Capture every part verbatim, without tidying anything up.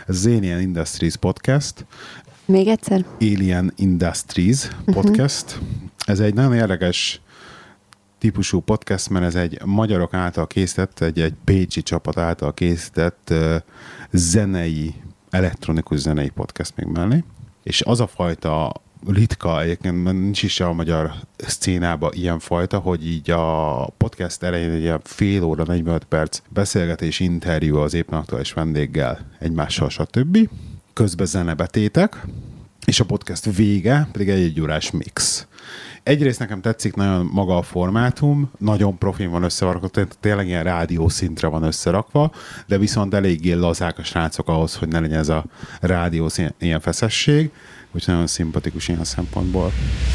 Ez az Alien Industries podcast. Még egyszer? Alien Industries podcast. Uh-huh. Ez egy nagyon érdekes típusú podcast, mert ez egy magyarok által készített, egy, egy pécsi csapat által készített uh, zenei, elektronikus zenei podcast még mellé. És az a fajta ritka, egyébként nincs is a magyar szcénában ilyen fajta, hogy így a podcast elején egy ilyen fél óra, negyvenöt perc beszélgetés, interjú az éppen aktuális vendéggel, egymással, stb. Közben zenebetétek, és a podcast vége pedig egy egy órás mix. Egyrészt nekem tetszik nagyon maga a formátum, nagyon profin van összerakva, tényleg ilyen rádió szintre van összerakva, de viszont eléggé lazák a srácok ahhoz, hogy ne legyen ez a rádió ilyen feszesség, úgyhogy nagyon szimpatikus ilyen szempontból.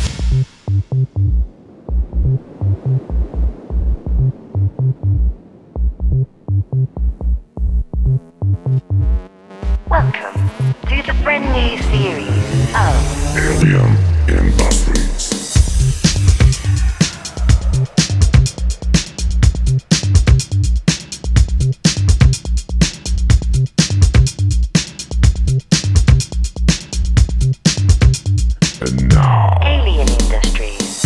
Welcome to the brand new series of Alien Industries. And now, Alien Industries.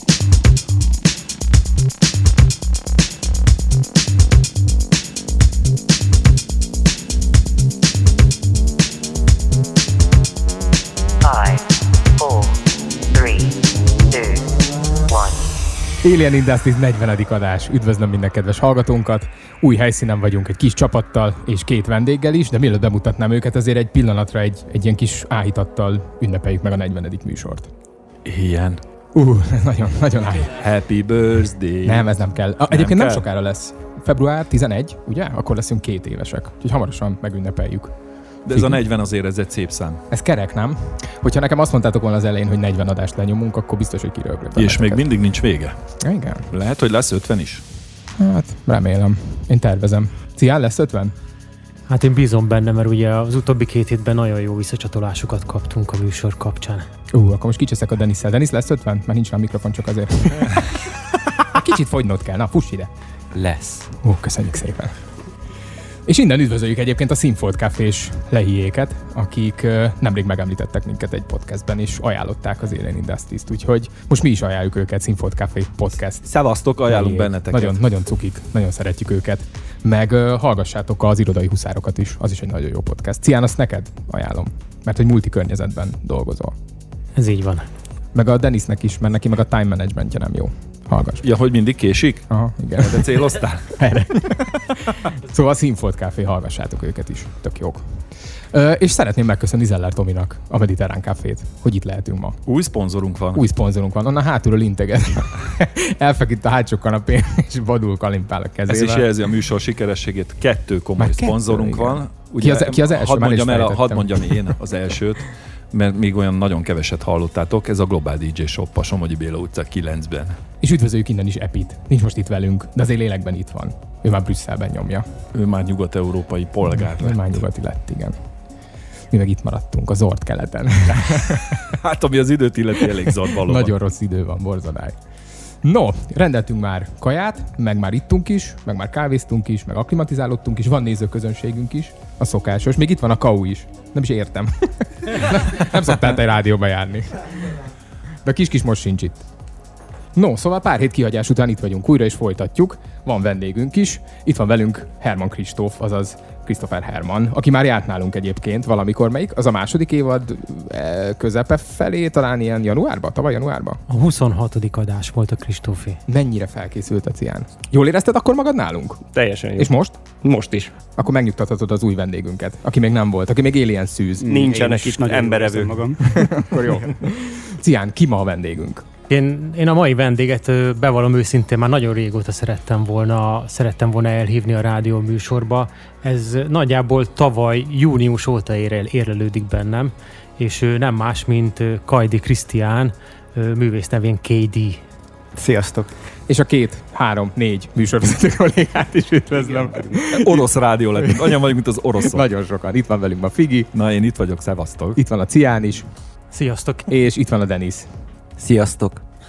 Five, four, three, two, one. Alien Industries negyvenedik adás. Üdvözlöm minden kedves hallgatónkat. Új helyszínen vagyunk egy kis csapattal és két vendéggel is, de mielőtt bemutatnám őket, azért egy pillanatra egy, egy ilyen kis áhítattal ünnepeljük meg a negyvenedik műsort. Ilyen. Uh, nagyon, nagyon áhít. Happy birthday. Nem, ez nem kell. A, egyébként nem, kell? nem sokára lesz. február tizenegy, ugye? Akkor leszünk két évesek. Úgyhogy hamarosan megünnepeljük. De ez a negyven azért, ez egy szép szám. Ez kerek, nem? Hogyha nekem azt mondtátok volna az elején, hogy negyven adást lenyomunk, akkor biztos, hogy kiröglök. És még mindig nincs vége. Igen. Lehet, hogy lesz ötven is. Hát, remélem. Én tervezem. Cián, lesz ötven? Hát én bízom benne, mert ugye az utóbbi két hétben nagyon jó visszacsatolásokat kaptunk a műsor kapcsán. Ú, uh, akkor most kicseszek a Denisszel. Denis, lesz ötven? Mert nincs rá a mikrofon, csak azért. Kicsit fogynod kell. Na, fuss ide. Lesz. Ó, uh, köszönjük szépen. És innen üdvözöljük egyébként a Színfolt Cafés lehiéket, akik uh, nemrég megemlítettek minket egy podcastben, és ajánlották az Alien Industries-t, úgyhogy most mi is ajánljuk őket, Színfolt Café podcast. Szevasztok, ajánlunk lehiék. benneteket. Nagyon, nagyon cukik, nagyon szeretjük őket. Meg uh, hallgassátok az Irodai Huszárokat is, az is egy nagyon jó podcast. Cián, azt neked ajánlom, mert hogy multi környezetben dolgozol. Ez így van. Meg a Denisnek is, mert neki meg a time managementje nem jó. Hallgass. Ja, hogy mindig késik? Aha, igen. De céloztál? Erre. Szóval a Színfolt Café, hallgassátok őket is. Tök jók. Ö, és szeretném megköszönni Zeller Tominak a Mediterrán Cafét, hogy itt lehetünk ma. Új szponzorunk van. Új szponzorunk van. Onnan hátulról integet. Elfeküdt a hátsó kanapén, és vadul kalimpál a kezével. Ez is jelzi a műsor sikerességét. Kettő komoly Már kettő, szponzorunk igen. van. Ugye, Ki az, ki az első? Hadd Már mondjam, is el, fejtettem. hadd mondjam én az elsőt, mert még olyan nagyon keveset hallottátok. Ez a Global dé dzsé Shop a Somogyi Béla utca kilencben. És üdvözöljük innen is Epit. Nincs most itt velünk, de azért lélekben itt van. Ő már Brüsszelben nyomja. Ő már nyugat-európai polgár Ő lett. már nyugati lett, igen. Mi meg itt maradtunk, a zord keleten. Hát ami az időt illeti, elég zord valóban. Nagyon rossz idő van, borzadály. No, rendeltünk már kaját, meg már ittunk is, meg már kávéztunk is, meg akklimatizálódtunk is, van nézőközönségünk is, a szokásos. Még itt van a ká u is. Nem is értem. nem, nem szoktál te rádióba járni. De a kis-kis most sincs itt. No, szóval pár hét kihagyás után itt vagyunk újra, és folytatjuk. Van vendégünk is. Itt van velünk Herman Kristóf, azaz Christopher Herman, aki már járt nálunk egyébként valamikor. Melyik? Az a második évad közepe felé, talán ilyen januárban, tavaly januárban? A huszonhatodik adás volt a Kristófé. Mennyire felkészült a Cián? Jól érezted akkor magad nálunk? Teljesen jó. És most? Most is. Akkor megnyugtathatod az új vendégünket, aki még nem volt, aki még Alien szűz. Nincsenek itt emberevők. magam. Akkor jó. Cián, ki ma a vendégünk? Én, én a mai vendéget ö, bevallom őszintén már nagyon régóta szerettem volna, szerettem volna elhívni a rádió műsorba. Ez nagyjából tavaly június óta ér, érlelődik bennem, és ö, nem más, mint ö, Kajdi Krisztián, ö, művész nevén ká dé. Sziasztok! És a két, három, négy műsorvezető kollégát is üdvözlöm. Orosz rádió lett. Anya vagyunk, mint az oroszok. Nagyon sokan. Itt van velünk a Figi, Na, én itt vagyok, szevasztok. itt van a Cián is, Sziasztok! és itt van a Denis. Sziasztok!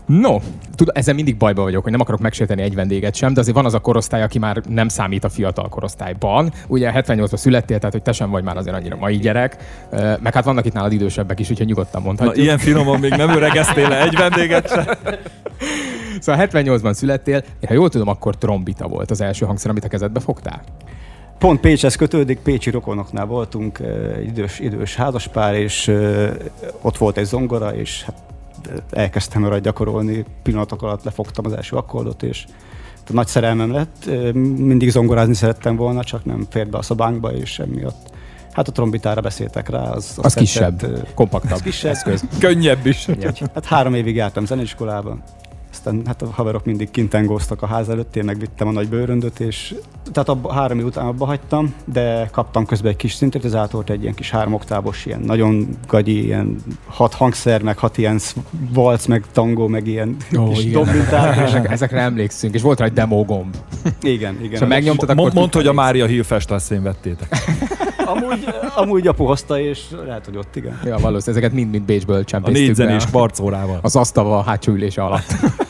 No, tud, ezzel mindig bajba vagyok, hogy nem akarok megsérteni egy vendéget sem, de azért van az a korosztály, aki már nem számít a fiatal korosztályban. Ugye hetvennyolcban születtél, tehát hogy te sem vagy már azért annyira mai gyerek, meg hát vannak itt nálad idősebbek is, úgyhogy nyugodtan mondhatjuk. Na, ilyen finoman még nem öregeztél le egy vendéget sem. Szóval hetvennyolcban születtél, én ha jól tudom, akkor trombita volt az első hangszer, amit a kezedbe fogtál. Pont Pécshez kötődik, pécsi rokonoknál voltunk, egy idős, idős házaspár, és ott volt egy zongora, és hát elkezdtem rá gyakorolni, pillanatok alatt lefogtam az első akkordot, és nagy szerelmem lett. Mindig zongorázni szerettem volna, csak nem fért be a szobánkba, és emiatt. Hát a trombitára beszéltek rá. Az, az, az tetszett, kisebb, kompaktabb az kisebb. eszköz. Könnyebb is. Hát három évig jártam zeneiskolában. Aztán hát a haverok mindig kintengóztak a ház előtt, én megvittem a nagy bőröndöt, és tehát abba, három év után abba hagytam, de kaptam közben egy kis szintetizátort, egy ilyen kis háromoktávos, ilyen nagyon gagyi, ilyen hat hangszer, meg hat ilyen valc, meg tangó, meg ilyen oh, kis dombintár. Ezek, ezekre emlékszünk, és volt rá egy demo gomb. Igen, igen. És megnyomtad, akkor... Mondd, hogy a Mária Hilfest asszén vettétek. Amúgy, amúgy apu hozta, és lehet, hogy ott, igen. Ja, valószínűleg ezeket mind-mind Bécsből A csempésztük négyzenés kvarcórával. az asztalval a hátsó ülése alatt.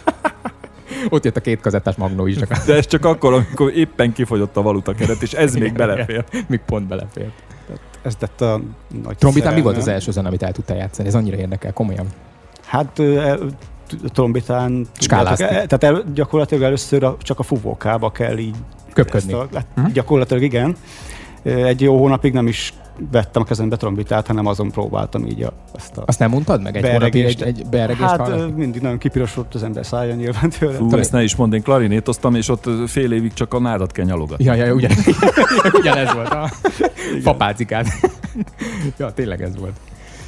Ott jött a két kazettás magnó is. Csak. De ez csak akkor, amikor éppen kifogyott a valutakeret, és ez még belefér. Még pont belefér. Ez tett a nagy Trombitán mi volt az első zene, amit el tudtál játszani? Ez annyira érdekel, komolyan. Hát trombitán... Skáláztuk. Tehát el, gyakorlatilag először a, csak a fúvókába kell így... Köpködni. A, hát hm? Gyakorlatilag igen. Egy jó hónapig nem is vettem a kezembe trombitát, hanem azon próbáltam így a, azt a... Azt nem mondtad meg? Egy hónapig egy, egy beregést Hát hallani? Mindig nagyon kipirosodott az ember szája nyilván tőle. Fú, ezt ne is mondd, én klarinétoztam, és ott fél évig csak a nádat kell nyalogatni. Ja, ja, ugyan, ugyanez volt a fapálcikát. Ja, tényleg ez volt.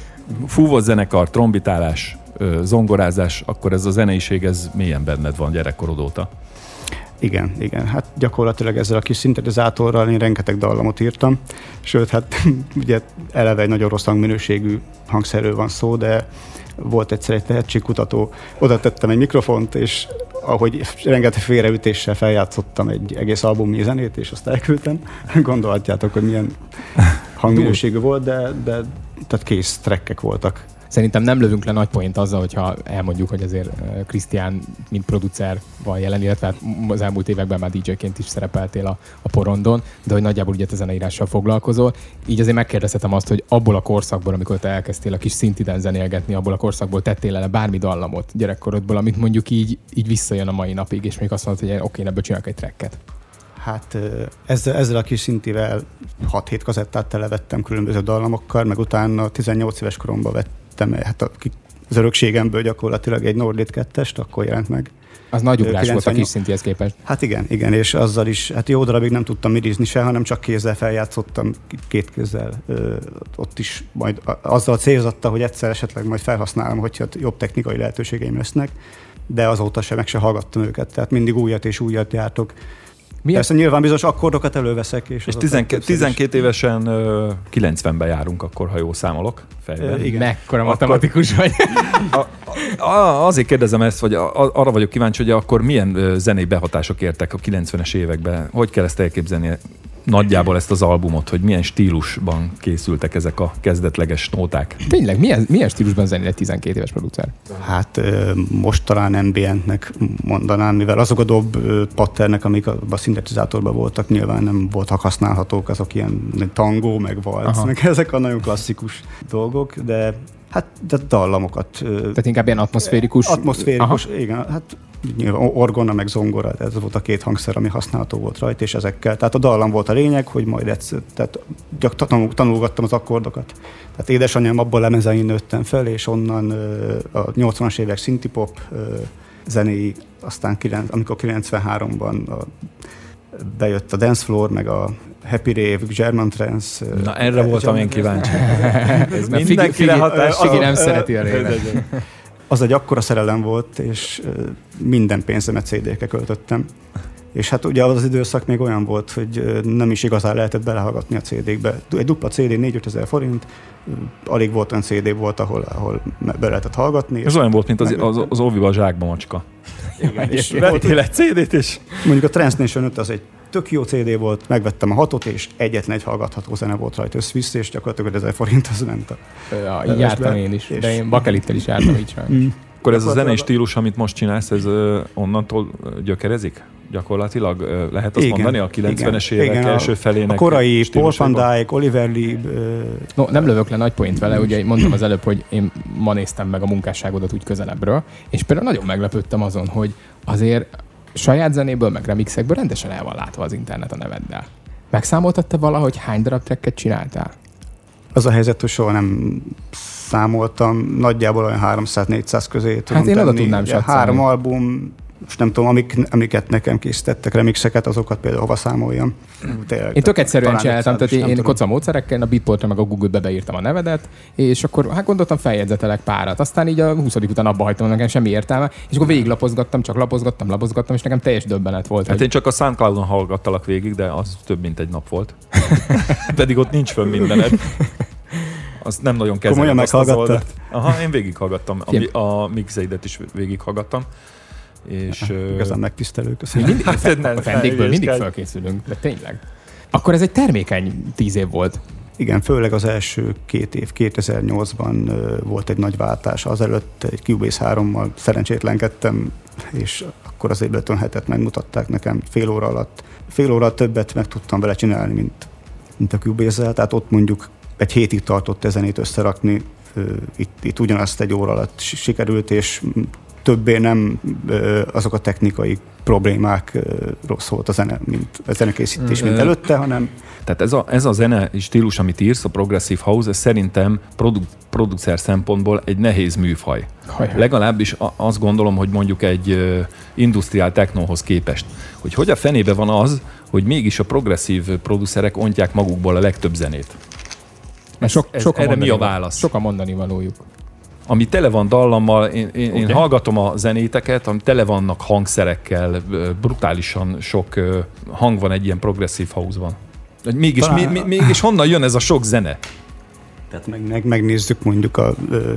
Fúvott zenekar, trombitálás, zongorázás, akkor ez a zeneiség, ez mélyen benned van gyerekkorod óta. Igen, igen. Hát gyakorlatilag ezzel a kis szintetizátorral én rengeteg dallamot írtam. Sőt, hát ugye eleve egy nagyon rossz hangminőségű hangszerről van szó, de volt egyszer egy tehetségkutató, oda tettem egy mikrofont, és ahogy rengeteg félreütéssel feljátszottam egy egész albumnyi zenét, és azt elküldtem. Gondolhatjátok, hogy milyen hangminőségű volt, de, de tehát kész trekkek voltak. Szerintem nem lövünk le nagy point azzal, hogyha elmondjuk, hogy azért Krisztián, mint producer van jelen, illetve hát az elmúlt években már dé dzséként is szerepeltél a, a porondon, de hogy nagyjából ugye te zeneírással foglalkozol. Így azért megkérdezhetem azt, hogy abból a korszakból, amikor te elkezdtél a kis szintiden zenélgetni, abból a korszakból tettél el bármi dallamot gyerekkorodból, amit mondjuk így, így visszajön a mai napig, és még azt mondod, hogy oké, ebből csinálok egy tracket. Hát ezzel, ezzel a kis szintivel hat-hét kazettát televettem különböző dallamokkal, meg utána tizennyolc éves koromban vettem, hát az örökségemből gyakorlatilag egy Nordlit kettest, akkor jelent meg. Az nagy ugrás volt a kis szintihez képest. Hát igen, igen, és azzal is, hát jó darabig nem tudtam midizni se, hanem csak kézzel feljátszottam, két kézzel. Ö, ott is majd azzal célzotta, hogy egyszer esetleg majd felhasználom, hogyha jobb technikai lehetőségeim lesznek, de azóta sem meg se hallgattam őket, tehát mindig újat és újat jártok. Milyen? Persze nyilván bizonyos akkordokat előveszek. És, és tizenkét, tizenkét évesen uh, kilencvenben járunk, akkor, ha jól számolok fejben. Uh, igen. Mekkora matematikus vagy. a, a, azért kérdezem ezt, vagy a, a, arra vagyok kíváncsi, hogy akkor milyen uh, zenei behatások értek a kilencvenes években. Hogy kell ezt elképzelni nagyjából ezt az albumot, hogy milyen stílusban készültek ezek a kezdetleges nóták? Tényleg, milyen, milyen stílusban zenél egy tizenkét éves producer? Hát most talán ambient-nek mondanám, mivel azok a dob patternek, amik a, a szintetizátorban voltak, nyilván nem voltak használhatók, azok ilyen tangó, meg valc, meg ezek a nagyon klasszikus dolgok, de hát de dallamokat. Tehát inkább ilyen atmoszférikus? Atmoszférikus, aha. Igen. Hát nyilván orgona, meg zongora, ez volt a két hangszer, ami használható volt rajta, és ezekkel. Tehát a dallam volt a lényeg, hogy majd egyszer, tehát tanul, tanulgattam az akkordokat. Tehát édesanyám abból lemezein nőttem fel, és onnan a nyolcvanas évek szintipop zenéi, aztán amikor kilencvenháromban a, bejött a Dance Floor, meg a Happy Rave, German Trance. Na erre voltam én kíváncsi. Ez mindenkire hatással. Figi nem szereti a révet. Az egy akkora szerelem volt, és minden pénzemet cé dé-kre költöttem. És hát ugye az az időszak még olyan volt, hogy nem is igazán lehetett belehallgatni a cé dé-kbe. Egy dupla cé dé négy-öt ezer forint, alig volt olyan cé dé volt, ahol, ahol be lehetett hallgatni. Ez olyan volt, mint az, az, az óviba a zsákba macska. Igen, és vettél egy cé dét is. Mondjuk a Trance Nation öt az egy tök jó cé dé volt, megvettem a hatot, és egyetlen egy hallgatható zene volt rajta össze-vissza, és gyakorlatilag ezer forint az ment a... Ja, így jártam én is, de én bakelittel is jártam így sajnos. Mm. Akkor ez a zenei stílus, amit most csinálsz, ez ö, onnantól gyökerezik? Gyakorlatilag ö, lehet azt igen, mondani a kilencvenes évek igen, első felének? A korai Paul van Dyk, Oliver Lee... Ö... No, nem lövök le nagy point vele, ugye mondtam az előbb, hogy én ma néztem meg a munkásságodat úgy közelebbről, és például nagyon meglepődtem azon, hogy azért saját zenéből, meg remixekből rendesen el van látva az internet a neveddel. Megszámoltad te valahogy hány darab tracket csináltál? Az a helyzet, hogy soha nem számoltam, nagyjából olyan háromszáz-négyszáz közé tudom hát én tenni. oda tudnám satszolni. Három album, most nem tudom, amik, amiket nekem készítettek, remixeket, azokat például hova számoljam. Tényleg, én tök egyszerűen csináltam, tehát én, én koca módszerekkel, a Beatportra meg a Google-be beírtam a nevedet, és akkor hát gondoltam feljegyzetelek párat. Aztán így a huszadik után abba hagytam, nekem semmi értelme, és akkor végiglapozgattam, csak lapozgattam, lapozgattam, és nekem teljes döbbenet volt. Hát hogy... én csak a SoundCloud-on hallgattalak végig, de az több mint egy nap volt. Pedig ott nincs fönn mindened. Azt nem nagyon kezelem azt az oldalt. Aha, én végighallgattam. A, a mixeidet is végighallgattam. És, ja, igazán megtisztelő, köszönöm. Mindig, fel, a vendégből mindig felkészülünk, de tényleg. Akkor ez egy termékeny tíz év volt. Igen, főleg az első két év, kétezer-nyolcban volt egy nagy váltás. Azelőtt egy Cubase hárommal szerencsétlenkedtem, és akkor az Ableton hetet megmutatták nekem fél óra alatt. Fél óra többet meg tudtam vele csinálni, mint, mint a Cubase-zel, tehát ott mondjuk egy hétig tartott a zenét összerakni. Itt, itt ugyanazt egy óra alatt sikerült, és többé nem azok a technikai problémák rossz volt a zene, mint a zenekészítés, mint előtte, hanem... Tehát ez a, ez a zene stílus, amit írsz, a Progressive House, ez szerintem produ- producer szempontból egy nehéz műfaj. Hajjá. Legalábbis azt gondolom, hogy mondjuk egy uh, industrial technohoz képest. Hogy hogy a fenébe van az, hogy mégis a progresszív producerek ontják magukból a legtöbb zenét. Ez, sok, ez, erre mi a válasz? Sokan mondani valójuk. Ami tele van dallammal, én, én, én hallgatom a zenéteket, ami tele vannak hangszerekkel, brutálisan sok hang van egy ilyen progressive house-ban. Mégis, Talán... mi, mi, mégis honnan jön ez a sok zene? Tehát meg, meg, megnézzük mondjuk a, ö,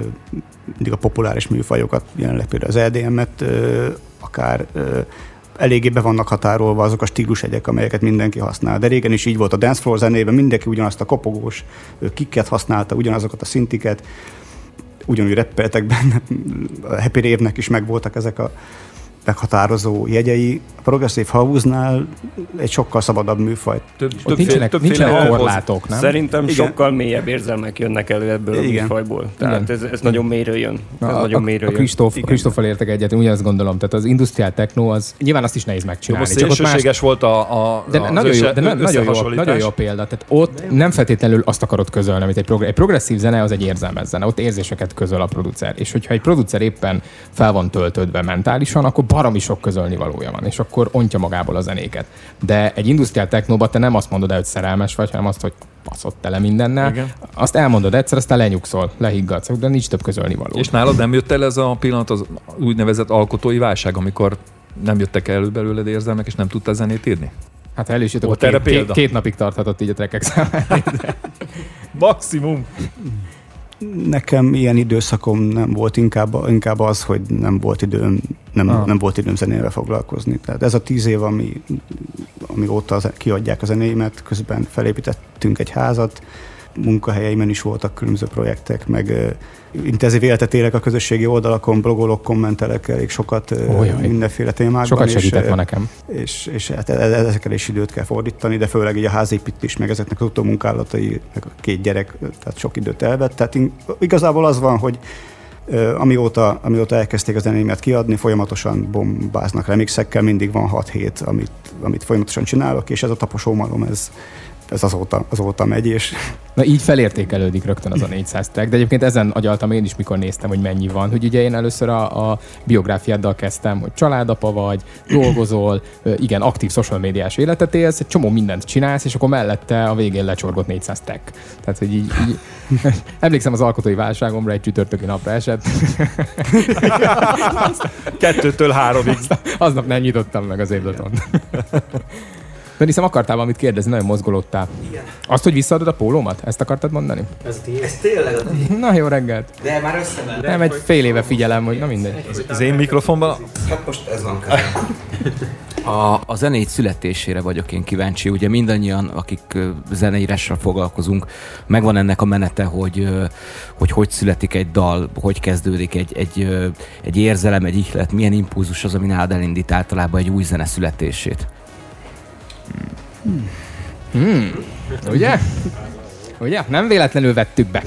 a populáris műfajokat, jelenleg például az é dé em-et, ö, akár ö, eléggé be vannak határolva azok a stílusegyek, amelyeket mindenki használ. De régen is így volt a dancefloor zenében, mindenki ugyanazt a kopogós kicket használta, ugyanazokat a szintiket, ugyanúgy rappeltek benne, a Happy Rave-nek is megvoltak ezek a meghatározó jegyei. A Progressive House-nál egy sokkal szabadabb műfaj. Több, több nincsenek, több nincsenek korlátok, nem? Szerintem igen. Sokkal mélyebb érzelmek jönnek elő ebből igen. a műfajból. Tehát ez, ez nagyon mélyről jön. Ez a, nagyon mélyről a, a Kristóf, Kristóffal értek egyet, én ugyanazt gondolom. Tehát az industrial techno, az nyilván azt is nehéz megcsinálni. Jó, most szélsőséges más... volt a, a, de a nagyon, össze, jó, de nagyon, jó, nagyon jó példa. Tehát ott nem feltétlenül azt akarod közölni, amit egy, progr- egy progresszív zene, az egy érzelmes zene. Ott érzéseket közöl a producer. És hogyha egy producer éppen fel van töltődve mentálisan, akkor baromi sok közölni valója van, és akkor ontja magából a zenéket. De egy industrial technóban te nem azt mondod el, hogy szerelmes vagy, hanem azt, hogy baszott tele mindennel. Igen. Azt elmondod egyszer, aztán lenyugszol, lehiggadsz, de nincs több közölni való. És nálad nem jött el ez a pillanat, az úgynevezett alkotói válság, amikor nem jöttek elő belőled érzelmek, és nem tudtál zenét írni? Hát ha el is jöttek, két, két, két napig tarthatott így a trekkek számára. Maximum! Nekem ilyen időszakom nem volt, inkább, inkább az, hogy nem volt időm, nem, ah. nem volt időm zenével foglalkozni. Tehát ez a tíz év, ami, amióta az, kiadják a zenéimet, közben felépítettünk egy házat, munkahelyeimen is voltak különböző projektek, meg uh, intenzív életet élek a közösségi oldalakon, blogolok, kommentelek elég sokat uh, mindenféle témákban. Sokat segített és, ma nekem. És, és hát ezekkel is időt kell fordítani, de főleg így a házépítés, meg ezeknek az utómunkálatai, meg a két gyerek, tehát sok időt elvett. Tehát igazából az van, hogy uh, amióta, amióta elkezdték a zenéimet kiadni, folyamatosan bombáznak remixekkel, mindig van hat hét, amit, amit folyamatosan csinálok, és ez a taposómalom, ez ez azóta, azóta megy, és... Na így felértékelődik rögtön az a négyszáz track, de egyébként ezen agyaltam én is, mikor néztem, hogy mennyi van. Hogy ugye én először a, a biográfiáddal kezdtem, hogy családapa vagy, dolgozol, igen, aktív social médiás életet élsz, egy csomó mindent csinálsz, és akkor mellette a végén lecsorgott négyszáz track. Tehát, hogy így, így emlékszem az alkotói válságomra, egy csütörtöki napra esett. Kettőtől háromig. Aznap nem nyitottam meg az Abletont. De hiszem akartál valamit kérdezni, nagyon mozgolódtál. Igen. Azt, hogy visszaadod a pólómat? Ezt akartad mondani? Ez, ez tényleg a tiéd. Na jó reggelt. De már összement. Nem, egy fél éve figyelem, hogy na mindegy. Az én mikrofonban... Hát most ez van közben. A, a zenei születésére vagyok én kíváncsi. Ugye mindannyian, akik zeneírással foglalkozunk, megvan ennek a menete, hogy hogy, hogy születik egy dal, hogy kezdődik egy, egy, egy érzelem, egy ihlet, milyen impulzus az, ami nálad elindít általában egy új zene születését. Hmm. Hmm. Ugye? Ugye? Nem véletlenül vettük be.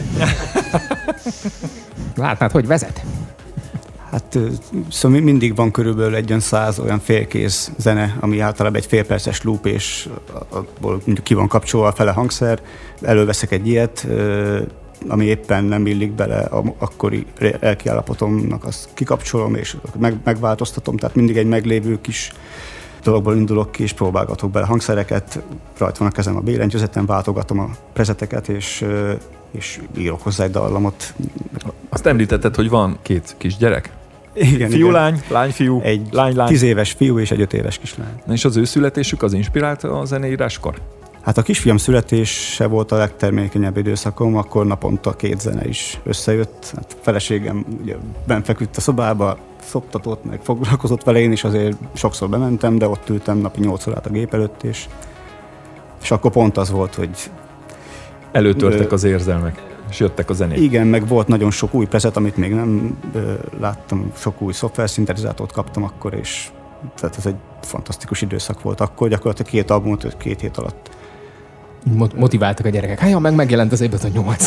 Látnád, hogy vezet? Hát szóval mindig van körülbelül egy olyan száz olyan félkész zene, ami általában egy félperces loop, és abból ki van kapcsolva a fele hangszer. Előveszek egy ilyet, ami éppen nem illik bele a akkori lelkiállapotomnak, azt kikapcsolom, és meg, megváltoztatom, tehát mindig egy meglévő kis dologból indulok ki, és próbálgatok bele hangszereket, rajta van a kezem a billentyűzeten, váltogatom a prezeteket, és, és írok hozzá egy dallamot. Azt említetted, hogy van két kisgyerek? Igen, fiú, igen. lány, lány, fiú, egy lány, lány. tíz éves fiú és egy öt éves kislány. Na és az ő születésük az inspirált a zeneíráskor? Hát a kisfiam születése volt a legtermékenyebb időszakom, akkor naponta két zene is összejött. Hát a feleségem ugye bent feküdt a szobába, szoptatott, meg foglalkozott vele, én is azért sokszor bementem, de ott ültem napi nyolc órát a gép előtt, és, és akkor pont az volt, hogy... Előtörtek az érzelmek, és jöttek a zenék. Igen, meg volt nagyon sok új preset, amit még nem ö, láttam, sok új szoftverszintetizátort kaptam akkor, és tehát ez egy fantasztikus időszak volt akkor, gyakorlatilag két albumot két hét alatt. Motiváltak a gyerekek. Hát jó, meg megjelent az Ableton nyolc.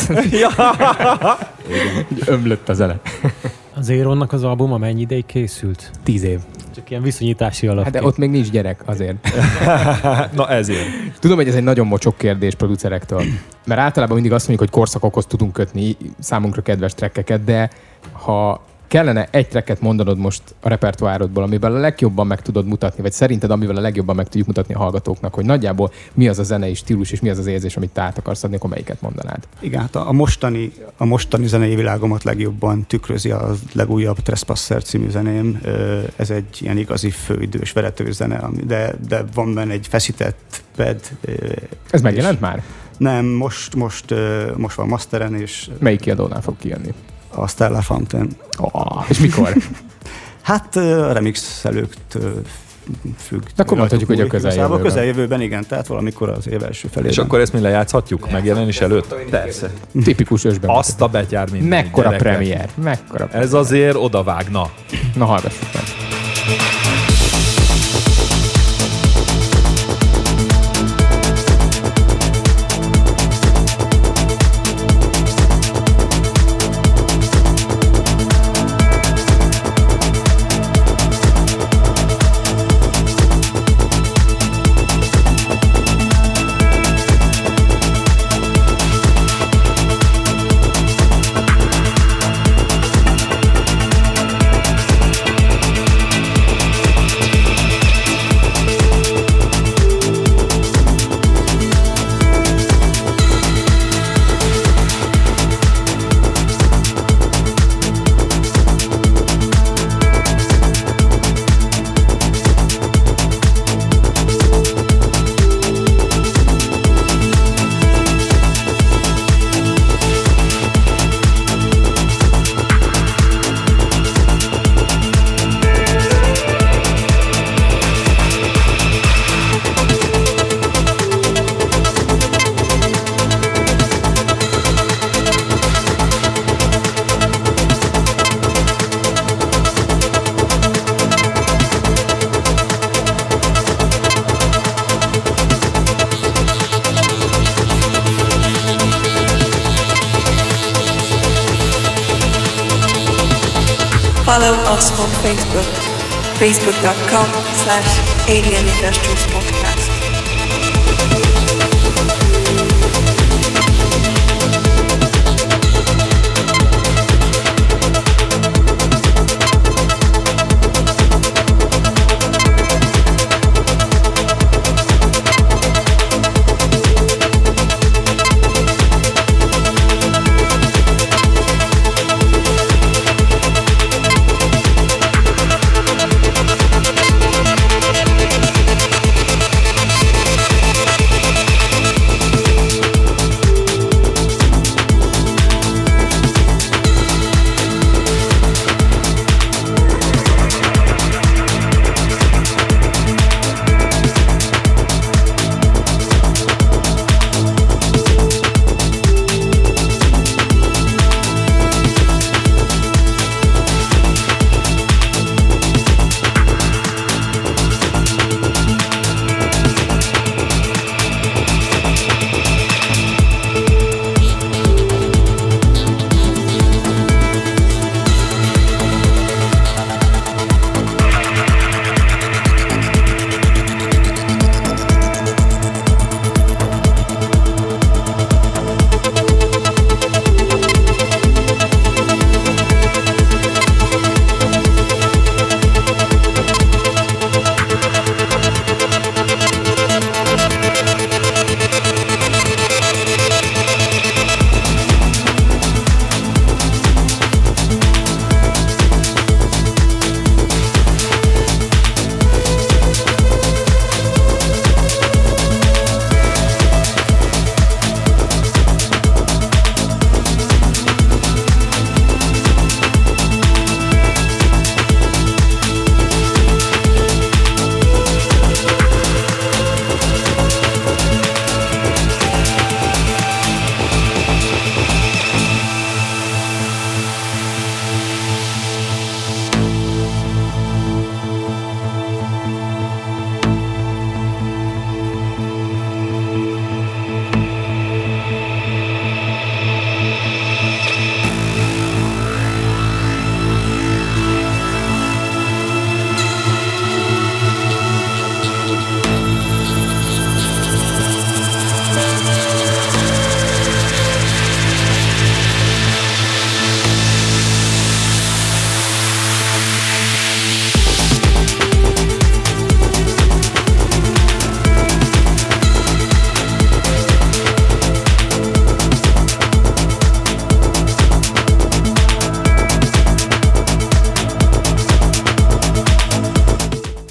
Ömlött a zene. Az Aaronnak az albuma mennyi ideig készült? Tíz év. Csak ilyen viszonyítási alapként. Hát de ott még nincs gyerek azért. Na ezért. Tudom, hogy ez egy nagyon mocsok kérdés producerektől. Mert általában mindig azt mondjuk, hogy korszakokhoz tudunk kötni számunkra kedves trekkeket, de ha kellene egy tracket mondanod most a repertoárodból, amivel a legjobban meg tudod mutatni, vagy szerinted amivel a legjobban meg tudjuk mutatni a hallgatóknak, hogy nagyjából mi az a zenei stílus, és mi az az érzés, amit te át akarsz adni, akkor melyiket mondanád? Igen, hát a mostani, a mostani zenei világomat legjobban tükrözi a legújabb Trespasser című zeném. Ez egy ilyen igazi főidős, verető zene, de, de van benne egy feszített pad. Ez megjelent már? Nem, most, most, most van masteren, és... Melyik kiadónál fog kijönni? A Stellar Fountain. Oh, és mikor? Hát a remixelőktől függ. Akkor mondhatjuk, hogy a közeljövőben. A közeljövőben, igen, tehát valamikor az év első felében. És akkor ezt mi lejátszhatjuk megjelenés előtt? Persze. Tipikus ősben. Azt a betyár minden. Mekkora premier. Mekkora premier. Ez azért odavágna. Na, hallgassuk meg. Follow us on Facebook, facebook.com slash Alien Industries Podcast.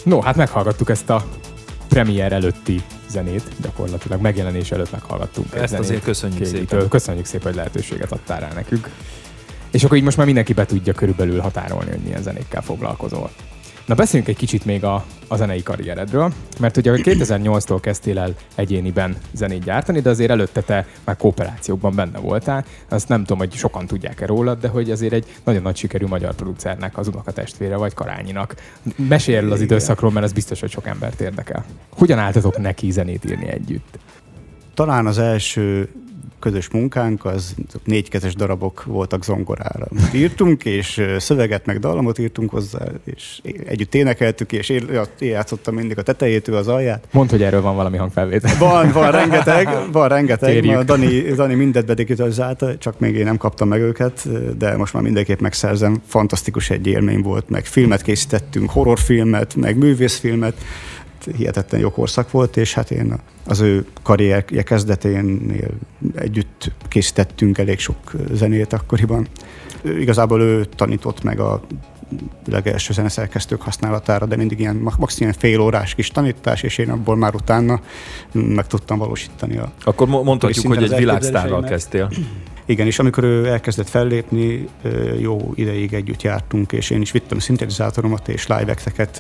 No, hát meghallgattuk ezt a premier előtti zenét, gyakorlatilag megjelenés előtt meghallgattunk. Ezt zenét. azért köszönjük Kényitől. szépen. Köszönjük szépen, hogy lehetőséget adtál rá nekünk. És akkor így most már mindenki be tudja körülbelül határolni, hogy milyen zenékkel foglalkozol. Na beszéljünk egy kicsit még a, a zenei karrieredről, mert ugye kétezer-nyolctól kezdtél el egyéniben zenét gyártani, de azért előtte te már kooperációkban benne voltál. Azt nem tudom, hogy sokan tudják-e rólad, de hogy azért egy nagyon nagy sikerű magyar producernek az unokatestvére vagy Karányinak. Mesélj erről az időszakról, mert ez biztos, hogy sok embert érdekel. Hogyan álltatok neki zenét írni együtt? Talán az első közös munkánk az négykezes darabok voltak zongorára. Írtunk, és szöveget meg dallamot írtunk hozzá, és együtt énekeltük, és én játszottam mindig a tetejétől az alját. Mondd, hogy erről van valami hangfelvétel. Van, van rengeteg, van rengeteg. Ma Dani, Dani mindet bedigitalizálta, csak még én nem kaptam meg őket, de most már mindenképp megszerzem. Fantasztikus egy élmény volt, meg filmet készítettünk, horrorfilmet, meg művészfilmet. Hihetetlen jó korszak volt, és hát én az ő karrierje kezdetén együtt készítettünk elég sok zenét akkoriban. Igazából ő tanított meg a legelső zeneszerkesztők használatára, de mindig ilyen maximum fél órás kis tanítás, és én abból már utána meg tudtam valósítani. A Akkor mondhatjuk, hogy egy világsztárral kezdtél. Igen, és amikor ő elkezdett fellépni, jó ideig együtt jártunk, és én is vittem a szintetizátoromat és live acteket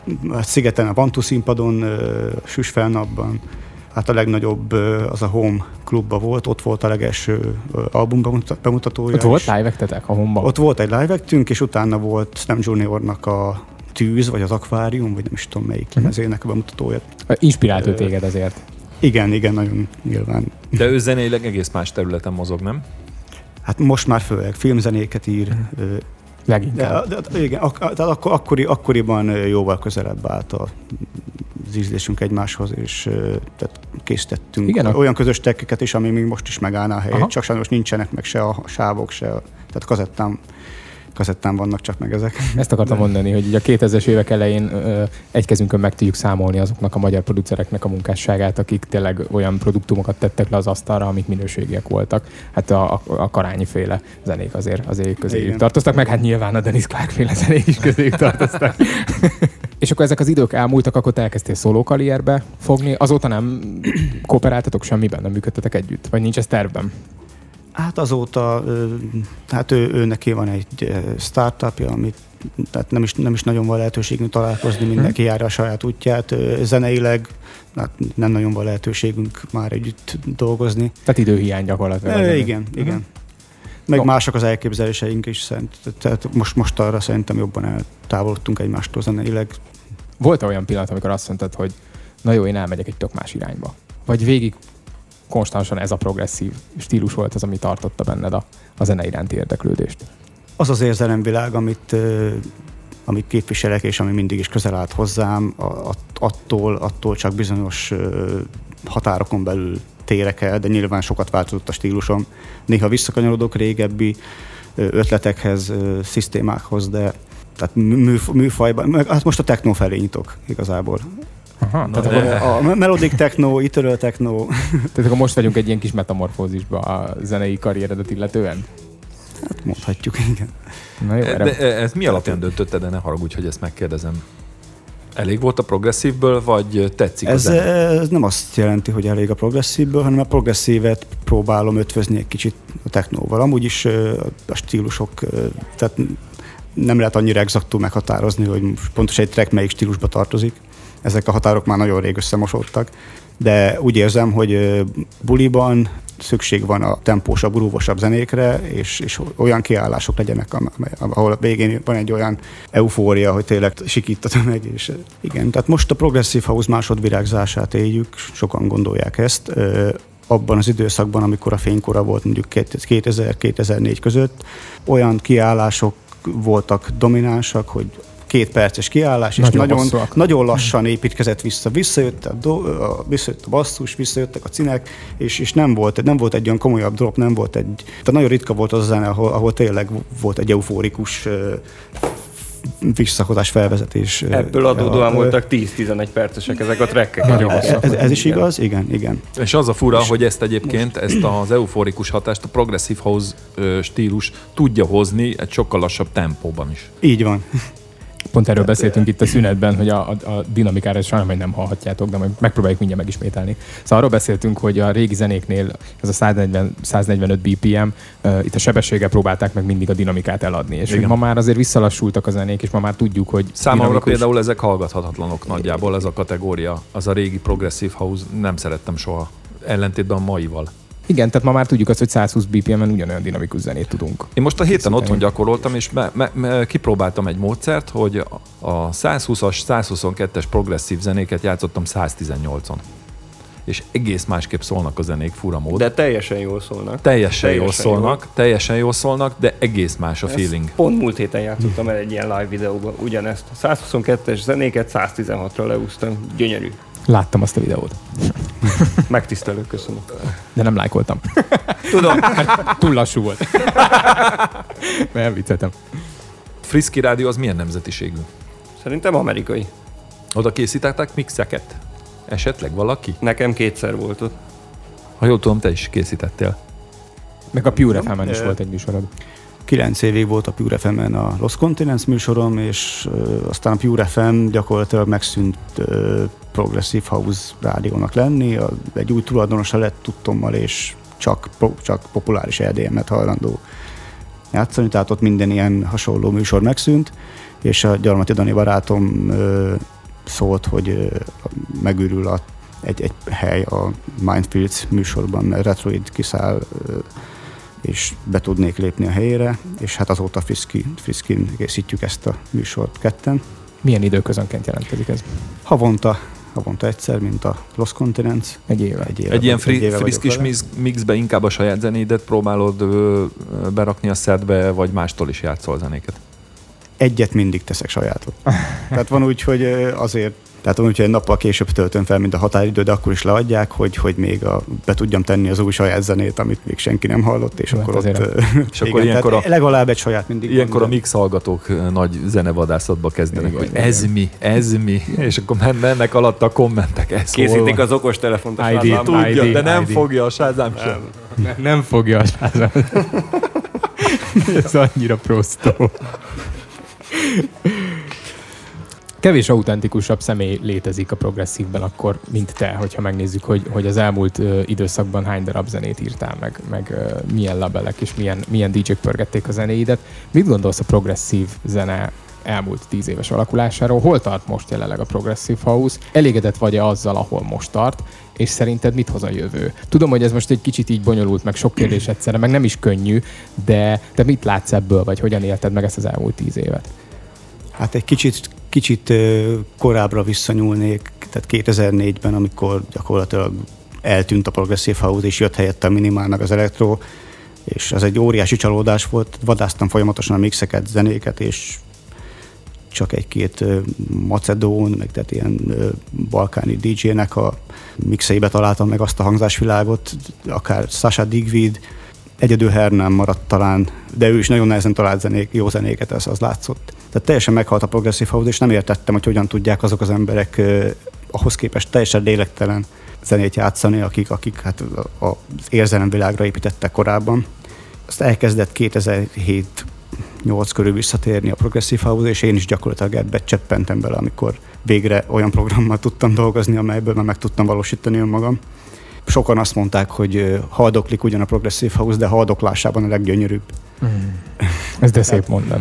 a Szigeten, a Bantu színpadon, a Süsfelnapban. Hát a legnagyobb az a Home klubban volt, ott volt a legelső album bemutatója. Ott volt live actetek a Home-ban? Ott volt egy live actünk, és utána volt Slam Juniornak a Tűz, vagy az Akvárium, vagy nem is tudom melyik lemezének a bemutatója. Inspirált ő téged azért. Igen, igen, nagyon nyilván. De ő zenéleg egész más területen mozog, nem? Hát most már főleg filmzenéket ír. Mm. Leginkább. De, de, igen, ak- tehát akkor, akkori, akkoriban jóval közelebb állt az ízlésünk egymáshoz, és tehát készítettünk igen, olyan a... közös tekkeket is, ami még most is megállná a helyét, csak sajnos nincsenek meg se a sávok, se a, tehát kazettám, kazettán vannak csak meg ezek. Ezt akartam mondani, hogy így a kétezres évek elején ö, egy kezünkön meg tudjuk számolni azoknak a magyar producereknek a munkásságát, akik tényleg olyan produktumokat tettek le az asztalra, amik minőségiek voltak. Hát a, a, a Karányi féle zenék azért, azért közéjük tartoztak, meg hát nyilván a Dennis Clark féle zenék is közéjük tartoztak. És akkor ezek az idők elmúltak, akkor te elkezdtél szóló karrierbe fogni. Azóta nem kooperáltatok semmiben, nem működtetek együtt? Vagy nincs ez tervben? Hát azóta, hát ő, ő neki van egy startupja, amit tehát nem is, nem is nagyon van lehetőségünk találkozni, mindenki járja a saját útját. Zeneileg hát nem nagyon van lehetőségünk már együtt dolgozni. Tehát időhiány gyakorlatilag. E, igen, uh-huh. igen. Meg no. mások az elképzeléseink is, szerint, tehát most, most arra szerintem jobban eltávolodtunk egymástól zeneileg. Volt olyan pillanat, amikor azt mondtad, hogy na jó, én elmegyek egy tök más irányba? Vagy végig konstansan ez a progresszív stílus volt az, ami tartotta benned a, a zene iránti érdeklődést? Az az érzelemvilág, amit, uh, amit képviselek, és ami mindig is közel állt hozzám, a, attól, attól csak bizonyos uh, határokon belül térek el, de nyilván sokat változott a stílusom. Néha visszakanyarodok régebbi uh, ötletekhez, uh, szisztémákhoz, de tehát műf, műfajban, meg, hát most a techno felé nyitok igazából. Aha, tehát de... a, a melodic techno, iterative techno. Tehát akkor most vagyunk egy ilyen kis metamorfózisba a zenei karrieredet illetően? Hát mondhatjuk, igen. Na jó, erre... De ez mi alapján döntötted, de ne haragudj, hogy ezt megkérdezem. Elég volt a progresszívből, vagy tetszik ez, a zene? Ez nem azt jelenti, hogy elég a progresszívből, hanem a progresszívet próbálom ötvözni egy kicsit a technóval. Amúgy is a stílusok, tehát nem lehet annyira exaktul meghatározni, hogy pontosan egy track melyik stílusba tartozik. Ezek a határok már nagyon rég összemosódtak, de úgy érzem, hogy buliban szükség van a tempósabb, grúvosabb zenékre, és, és olyan kiállások legyenek, ahol a végén van egy olyan eufória, hogy tényleg sikít a tömeg. És igen, tehát most a progresszív house másodvirágzását éljük, sokan gondolják ezt. Abban az időszakban, amikor a fénykora volt mondjuk kétezer-kétezer-négy között, olyan kiállások voltak dominánsak, hogy két perces kiállás, nagyon és nagyon, nagyon lassan építkezett vissza. Visszajött a, do, a, visszajött a basszus, visszajöttek a cinek, és, és nem, volt, nem volt egy olyan komolyabb drop, nem volt egy... Tehát nagyon ritka volt az a zene, ahol, ahol tényleg volt egy eufórikus uh, visszakozás, felvezetés. Ebből adódóan voltak tíz-tizenegy percesek ezek a trackek. Nagyon hosszak. Ez, ez is igaz, igen, igen. És az a fura, és hogy ezt egyébként, ezt az eufórikus hatást a progressive house stílus tudja hozni egy sokkal lassabb tempóban is. Így van. Pont erről Tehát, beszéltünk itt a szünetben, hogy a, a, a dinamikára sajnálom, hogy nem hallhatjátok, de majd megpróbáljuk mindjárt megismételni. Szóval arról beszéltünk, hogy a régi zenéknél ez a száznegyven, száznegyvenöt bé pé em, uh, itt a sebességgel próbálták meg mindig a dinamikát eladni. És hogy ma már azért visszalassultak a zenék, és ma már tudjuk, hogy számomra dinamikus... például ezek hallgathatatlanok nagyjából, ez a kategória. Az a régi progressive house nem szerettem soha, ellentétben a maival. Igen, tehát ma már tudjuk azt, hogy százhúsz bé pé emen ugyanolyan dinamikus zenét tudunk. Én most a héten otthon gyakoroltam, és me- me- me- kipróbáltam egy módszert, hogy a százhúszas, százhuszonkettes progresszív zenéket játszottam száztizennyolcon. És egész másképp szólnak a zenék, fura mód. De teljesen jól szólnak. Teljesen, teljesen jól szólnak, jól. teljesen jól szólnak, de egész más a Ezt feeling. Pont múlt héten játszottam el egy ilyen live videóban ugyanezt. százhuszonkettes zenéket száztizenhatra leúztam. Gyönyörű. Láttam azt a videót. Megtisztelő, köszönöm. De nem lájkoltam. Tudom. Túl lassú volt. Nem vicceltem. Friszki Rádió az milyen nemzetiségű? Szerintem amerikai. Oda készítettek mixeket? Esetleg valaki? Nekem kétszer volt ott. Ha jól tudom, te is készítettél. Meg a Pure ef emen is volt egy műsorod. Kilenc évig volt a Pure ef emen a Lost Continents műsorom, és uh, aztán a Pure ef em gyakorlatilag megszűnt uh, Progressive House rádiónak lenni. A, egy új tulajdonosa lett tudtommal, és csak, csak populáris é dé emet hajlandó játszani, tehát ott minden ilyen hasonló műsor megszűnt, és a Gyarmati Dani barátom uh, szólt, hogy uh, megürül a, egy, egy hely a Mindfields műsorban, mert Retroid kiszáll, uh, és be tudnék lépni a helyére, és hát azóta Friskin készítjük ezt a műsort ketten. Milyen időközönként jelentkezik ez? Havonta, havonta egyszer, mint a Lost Continents. Egy éve. Egy, éve egy ilyen fri- friskis mix, mixbe inkább a saját zenédet próbálod ö, berakni a setbe, vagy mástól is játszol zenéket? Egyet mindig teszek sajátot. Tehát van úgy, hogy azért Tehát úgy, hogy egy nappal később töltöm fel, mint a határidő, de akkor is leadják, hogy, hogy még a, be tudjam tenni az új saját zenét, amit még senki nem hallott, és hát akkor ott... És akkor ilyenkor a, legalább egy saját mindig ilyenkor van, a mix hallgatók nagy zenevadászatba kezdenek, hogy ez mi, ez mi, és akkor mennek alatt a kommentek. Ez készítik hol az okos telefont a Shazam. Tudja, I D, de nem I D. fogja a Shazam sem. Nem, nem fogja a Shazam. Ez annyira prostó. Kevés autentikusabb személy létezik a progresszívben akkor, mint te, hogyha megnézzük, hogy, hogy az elmúlt uh, időszakban hány darab zenét írtál, meg, meg uh, milyen labelek és milyen, milyen dé jék pörgették a zenéidet. Mit gondolsz a progresszív zene elmúlt tíz éves alakulásáról? Hol tart most jelenleg a Progressive House? Elégedett vagy-e azzal, ahol most tart? És szerinted mit hoz a jövő? Tudom, hogy ez most egy kicsit így bonyolult, meg sok kérdés egyszerre, meg nem is könnyű, de te mit látsz ebből, vagy hogyan élted meg ezt az elmúlt tíz évet? Hát egy kicsit, kicsit korábbra visszanyúlnék, tehát kétezer-négyben, amikor gyakorlatilag eltűnt a Progressive House, és jött helyette a minimál meg az elektro, és ez egy óriási csalódás volt. Vadásztam folyamatosan a mixeket, zenéket, és csak egy-két macedón, meg tehát ilyen balkáni dé jének a mixeibe találtam meg azt a hangzásvilágot, akár Sasha Digweed, egyedül Hernán maradt talán, de ő is nagyon nehezen talált zenék, jó zenéket, ez az látszott. Tehát teljesen meghalt a Progressive House, és nem értettem, hogy hogyan tudják azok az emberek eh, ahhoz képest teljesen lélektelen zenét játszani, akik, akik hát az érzelemvilágra építettek korábban. Azt elkezdett kétezer-hét nyolc körül visszatérni a Progressive House, és én is gyakorlatilag ebbe cseppentem bele, amikor végre olyan programmal tudtam dolgozni, amelyből már meg tudtam valósítani önmagam. Sokan azt mondták, hogy haldoklik ugyan a Progressive House, de haldoklásában a leggyönyörűbb. Mm. Ez de szép mondat.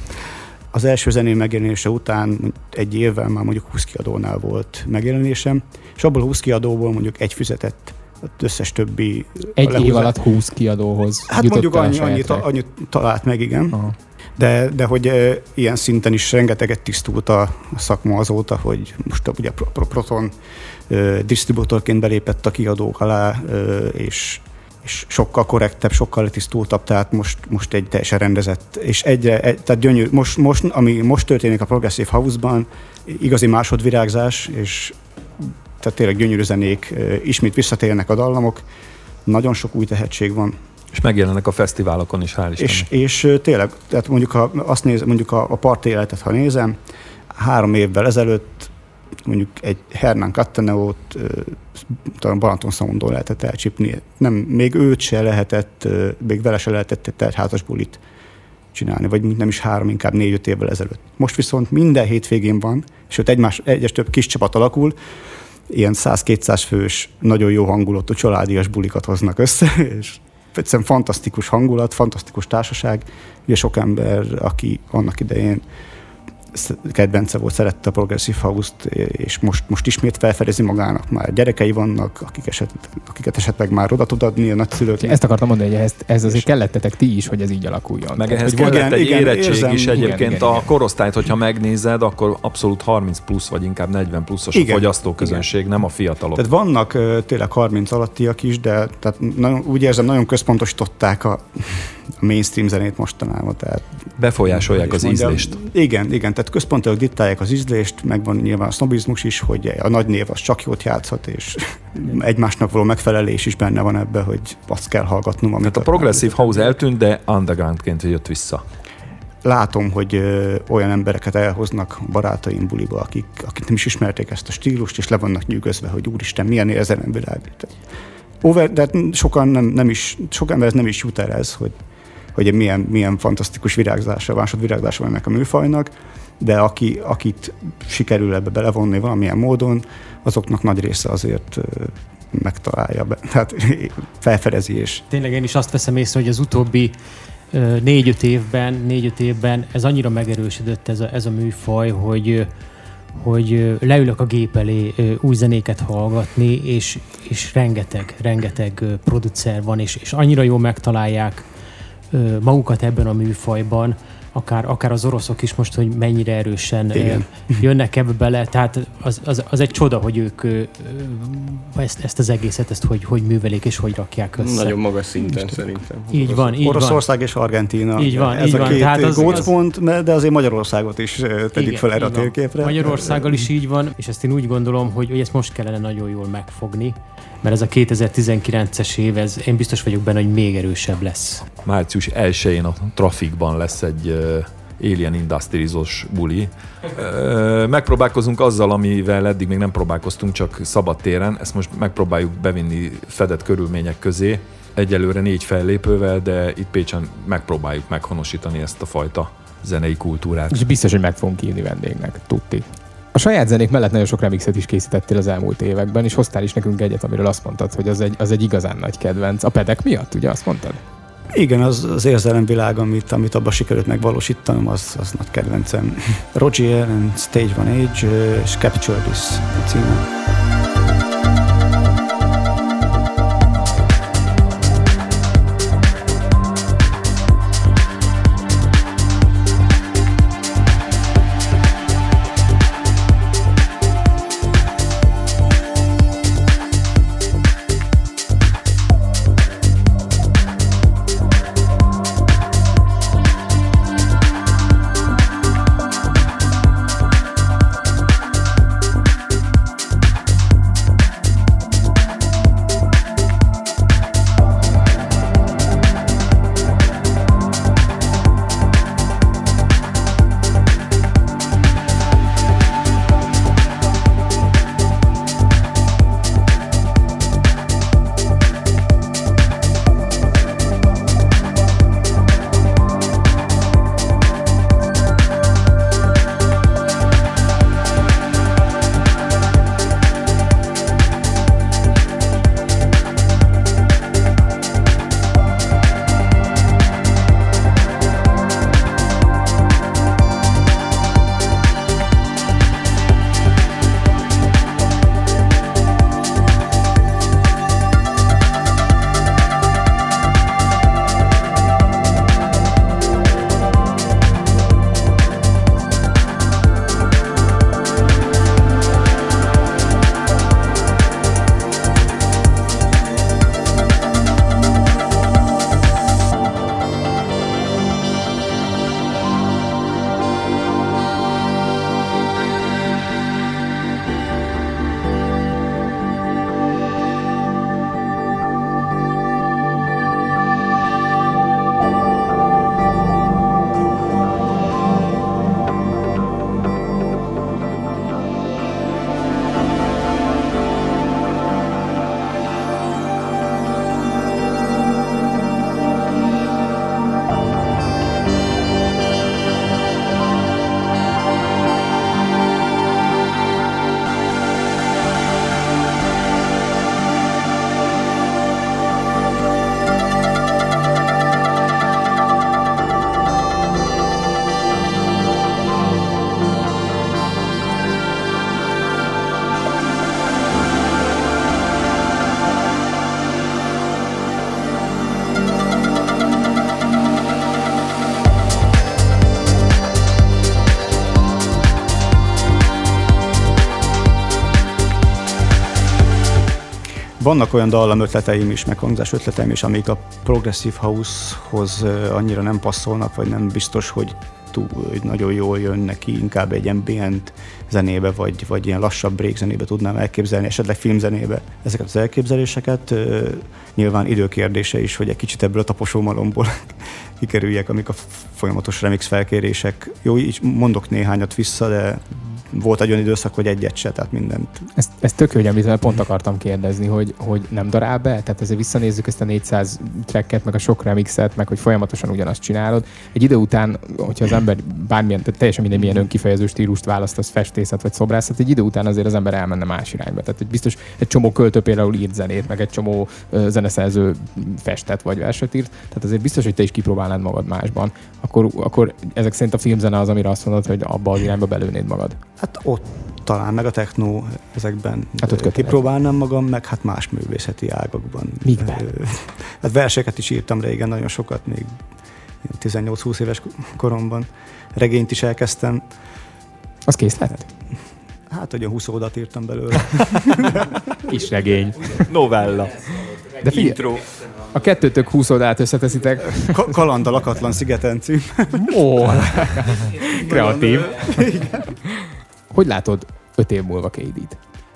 Az első zeném megjelenése után egy évvel már mondjuk húsz kiadónál volt megjelenésem, és abból a húsz kiadóból mondjuk egy füzetett, az összes többi... Egy év alatt húsz kiadóhoz hát mondjuk annyi, annyit, annyit talált meg, igen. Aha. De, de hogy e, ilyen szinten is rengeteget tisztult a, a szakma azóta, hogy most a, ugye a Proton e, disztribútorként belépett a kiadók alá, e, és, és sokkal korrektebb, sokkal tisztultabb, tehát most, most egy teljesen rendezett, és egyre, egy, tehát gyönyörű, most, most, ami most történik a Progressive House-ban, igazi másodvirágzás, és tehát tényleg gyönyörű zenék, e, ismét visszatérnek a dallamok, nagyon sok új tehetség van. És megjelennek a fesztiválokon is, hál' Istennek. És, és tényleg, tehát mondjuk, ha azt néz, mondjuk a, a parti életet, ha nézem, három évvel ezelőtt mondjuk egy Hernán Catteneót talán Balatonszomondon lehetett elcsípni. Nem, még őt se lehetett, még vele se lehetett egy terházas bulit csinálni, vagy nem is három, inkább négy-öt évvel ezelőtt. Most viszont minden hétvégén van, sőt egymás, egyes több kis csapat alakul, ilyen száz-kétszáz fős, nagyon jó hangulatú családias bulikat hoznak össze, és egyszerűen fantasztikus hangulat, fantasztikus társaság. Ugye sok ember, aki annak idején kedvence volt, szerette a Progressive House-t, és most, most ismét felfedezi magának, már gyerekei vannak, akik eset, akiket esetleg már oda tud adni a nagyszülőknek. Ezt akartam mondani, hogy ez, ez azért kellettetek ti is, hogy ez így alakuljon. Meg Tehát, ehhez hogy kellett egy igen, érettség érzem, is egyébként. igen, igen, a igen. korosztályt, hogyha megnézed, akkor abszolút harminc plusz, vagy inkább negyven pluszos a Igen, fogyasztóközönség, nem a fiatalok. Tehát vannak uh, tényleg harminc alattiak is, de tehát nagyon, úgy érzem, nagyon központosították a, a mainstream zenét mostanában. Tehát, Befolyásolják az mondjam, ízlést. Igen, igen, tehát központilag diktálják az ízlést, megvan nyilván a sznobizmus is, hogy a nagy név az csak jót játszhat, és egymásnak való megfelelés is benne van ebbe, hogy azt kell hallgatnom. Amit Tehát a Progressive House eltűnt, de undergroundként jött vissza. Látom, hogy ö, olyan embereket elhoznak barátaim buliba, akik, akik nem is ismerték ezt a stílust, és le vannak nyűgözve, hogy úristen, milyen érzelem világ. Over, de sokan nem, nem is, sok ember nem is jut el ez, hogy, hogy milyen, milyen fantasztikus virágzása, másodvirágzása van ennek a műfajnak, de aki, akit sikerül ebbe belevonni valamilyen módon, azoknak nagy része azért ö, megtalálja be. Tehát felfedezi és... Tényleg én is azt veszem észre, hogy az utóbbi ö, négy-öt évben, négy-öt évben ez annyira megerősödött ez a, ez a műfaj, hogy, hogy leülök a gép elé ö, új zenéket hallgatni, és, és rengeteg, rengeteg ö, producer van, és, és annyira jól megtalálják ö, magukat ebben a műfajban, akár, akár az oroszok is most, hogy mennyire erősen Igen. jönnek ebbe bele, tehát az, az, az egy csoda, hogy ők ö, ezt, ezt az egészet, ezt hogy, hogy művelik és hogy rakják össze. Nagyon magas szinten szerintem. Így van, így Oroszország van. és Argentína. Így van, Ez így a van. két Tehát az- gócpont, de azért Magyarországot is tedik Igen, fel erre a így van. térképre. Magyarországgal is így van, és ezt én úgy gondolom, hogy, hogy ezt most kellene nagyon jól megfogni, mert ez a kétezer-tizenkilences év, ez, én biztos vagyok benne, hogy még erősebb lesz. Március elsején a Trafikban lesz egy uh, Alien Industries-os buli. Uh, megpróbálkozunk azzal, amivel eddig még nem próbálkoztunk, csak szabadtéren. Ezt most megpróbáljuk bevinni fedett körülmények közé. Egyelőre négy fellépővel, de itt Pécsen megpróbáljuk meghonosítani ezt a fajta zenei kultúrát. És biztos, hogy meg fogunk hívni vendégnek, tudti. A saját zenék mellett nagyon sok remixet is készítettél az elmúlt években, és hoztál is nekünk egyet, amiről azt mondtad, hogy az egy, az egy igazán nagy kedvenc. A pedek miatt, ugye azt mondtad? Igen, az, az érzelemvilág, amit, amit abban sikerült megvalósítanom, az, az nagy kedvencem. Roger and Stage One Age és Capture This címe. Vannak olyan dallam ötleteim is, meg hangzás ötleteim is, amik a Progressive House-hoz annyira nem passzolnak, vagy nem biztos, hogy, túl, hogy nagyon jól jön neki, inkább egy ambient zenébe, vagy, vagy ilyen lassabb break zenébe tudnám elképzelni, esetleg filmzenébe. Ezeket az elképzeléseket nyilván időkérdése is, hogy egy kicsit ebből a taposómalomból kikerüljek, amik a folyamatos remix felkérések. Jó, így mondok néhányat vissza, de volt egy olyan időszak, hogy egyet se, tehát mindent. Ezt, ezt tök jó, hogy amit pont akartam kérdezni, hogy, hogy nem darál be? Tehát ezért visszanézzük ezt a négyszáz tracket, meg a sok remixet, meg hogy folyamatosan ugyanazt csinálod. Egy idő után, hogyha az ember bármilyen, tehát teljesen minden milyen önkifejező stílust választasz, festészet vagy szobrászat, egy idő után azért az ember elmenne más irányba. Tehát hogy biztos egy csomó költő például írt zenét, meg egy csomó uh, zeneszerző festet vagy verset írt. Tehát azért biztos, hogy te is kipróbálnád magad másban. Akkor, akkor ezek szerint a filmzene az, amire azt mondod, hogy abba az irányba belőnéd magad. Hát ott talán, meg a techno ezekben hát ott kipróbálnám magam, meg hát más művészeti ágakban. Mikben? Hát verseket is írtam régen, nagyon sokat, még tizennyolc-húsz éves koromban. Regényt is elkezdtem. Az kész lett? Hát, olyan húsz oldalt írtam belőle. Is regény. Novella. De figyelj, intro. A kettőtök húsz oldalt összeteszitek. Ka- Kaland a lakatlan szigeten cím. Ó, kreatív. Hogy látod öt év múlva ká dé-t?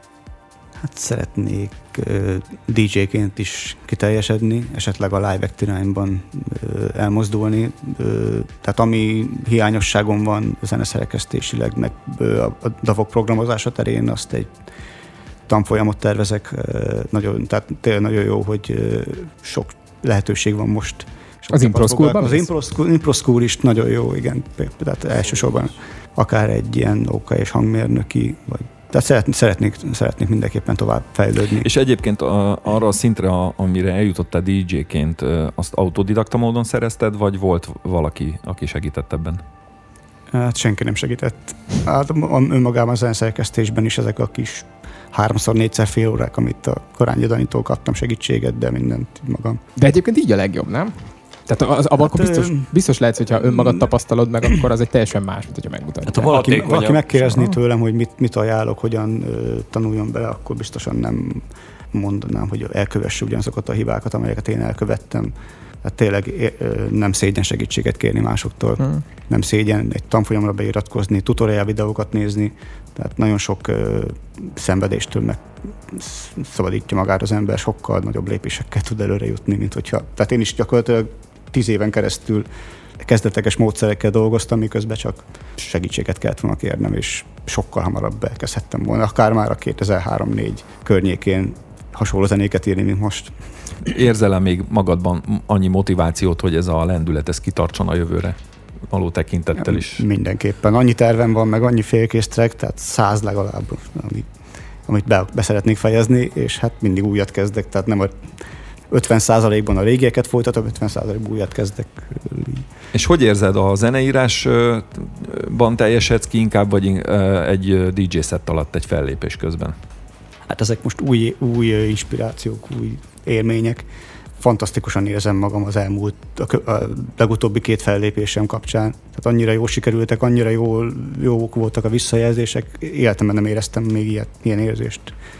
Hát szeretnék uh, dé dzsé-ként is kiteljesedni, esetleg a live act irányban uh, elmozdulni. Uh, tehát ami hiányosságom van zeneszerkesztésileg, meg uh, a davok programozása terén, azt egy tanfolyamot tervezek. Uh, nagyon, tehát tényleg nagyon jó, hogy uh, sok lehetőség van most. Az Impro School-ban? Az Impro School, Impro School is nagyon jó, igen. Tehát elsősorban akár egy ilyen oka és hangmérnöki, vagy tehát szeretnék, szeretnék, szeretnék mindenképpen tovább fejlődni. És egyébként a, arra a szintre, a, amire eljutottál dé dzsé-ként, azt autodidakta módon szerezted, vagy volt valaki, aki segített ebben? Hát senki nem segített. Hát önmagában a zeneszerkesztésben is ezek a kis háromszor, négyszer fél órák, amit a Korányi Danitól kaptam segítséget, de mindent magam. De egyébként így a legjobb, nem? Tehát az, abban hát, akkor biztos, biztos lehetsz, hogyha önmagad tapasztalod meg, akkor az egy teljesen más, mint hogyha megmutatja. Hát, ha valaki, valaki megkérdezni tőlem, hogy mit, mit ajánlok, hogyan uh, tanuljon bele, akkor biztosan nem mondanám, hogy elkövesse ugyanazokat a hibákat, amelyeket én elkövettem. Hát tényleg uh, nem szégyen segítséget kérni másoktól, hmm. nem szégyen egy tanfolyamra beiratkozni, tutorial videókat nézni, tehát nagyon sok uh, szenvedéstől meg szabadítja magát az ember, sokkal nagyobb lépésekkel tud előre jutni, mint hogyha... Tehát én is gyakorlatilag tíz éven keresztül kezdetleges módszerekkel dolgoztam, miközben csak segítséget kellett volna kérnem, és sokkal hamarabb elkezdhettem volna. Akár már a kétezer-három-négy környékén hasonló zenéket írni, mint most. Érzel-e még magadban annyi motivációt, hogy ez a lendület ez kitartson a jövőre? Való tekintettel is. Mindenképpen. Annyi tervem van, meg annyi félkész track, tehát száz legalább, amit, amit be, be szeretnék fejezni, és hát mindig újat kezdek, tehát nem a ötven százalékban a régieket folytatom, ötven százalékban újat kezdek. És hogy érzed, a zeneírásban teljesedsz ki inkább, vagy egy dé dzsé szett alatt egy fellépés közben? Hát ezek most új, új inspirációk, új élmények. Fantasztikusan érzem magam az elmúlt, a, a legutóbbi két fellépésem kapcsán. Tehát annyira jól sikerültek, annyira jól, jók voltak a visszajelzések. Életemben nem éreztem még ilyet, ilyen érzést.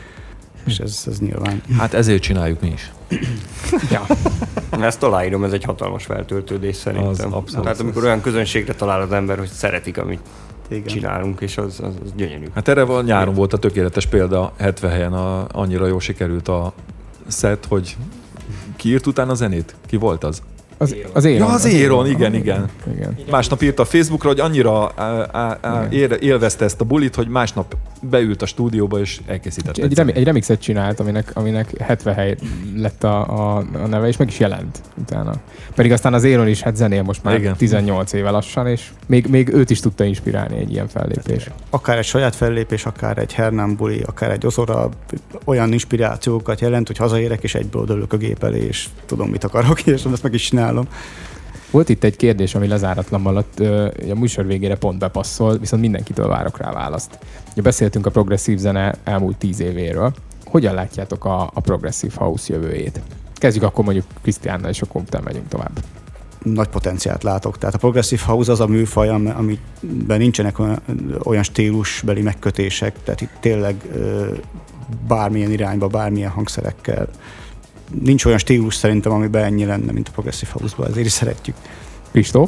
És ez, ez nyilván... Hát ezért csináljuk mi is. Ja. Ezt aláírom, ez egy hatalmas feltöltődés szerintem. Az abszolút. Tehát amikor olyan közönségre talál az ember, hogy szeretik, amit igen. csinálunk, és az, az, az gyönyörű. Hát erre van, nyáron volt a tökéletes példa, hetven helyen a, annyira jól sikerült a set, hogy ki írt utána a zenét? Ki volt az? Az, az Éron. Ja, az Éron, igen, igen. igen. Másnap írta a Facebookra, hogy annyira á, á, á, élvezte ezt a bulit, hogy másnap beült a stúdióba és elkészített. Egy, remi- egy remixet csinált, aminek, aminek hetven hely lett a, a, a neve, és meg is jelent utána. Pedig aztán az Éron is hát zenél most már igen. tizennyolc éve lassan, és még, még őt is tudta inspirálni egy ilyen fellépés. Akár egy saját fellépés, akár egy Hernán buli, akár egy Ozora olyan inspirációkat jelent, hogy hazaérek, és egyből odalök a gép elé, és tudom, mit akarok, és ezt meg is csinálom. Volt itt egy kérdés, ami lezáratlan maradt, a műsor végére pont bepasszol, viszont mindenkitől várok rá választ. Ugye beszéltünk a progresszív zene elmúlt tíz évéről. Hogyan látjátok a, a progresszív house jövőjét? Kezdjük akkor mondjuk Krisztiánnal, és akkor utána megyünk tovább. nagy potenciált látok. Tehát a Progressive House az a műfaj, amiben nincsenek olyan, olyan stílusbeli megkötések, tehát itt tényleg bármilyen irányba, bármilyen hangszerekkel. Nincs olyan stílus szerintem, amiben ennyi lenne, mint a Progressive House-ban, ezért is szeretjük. Kristóf?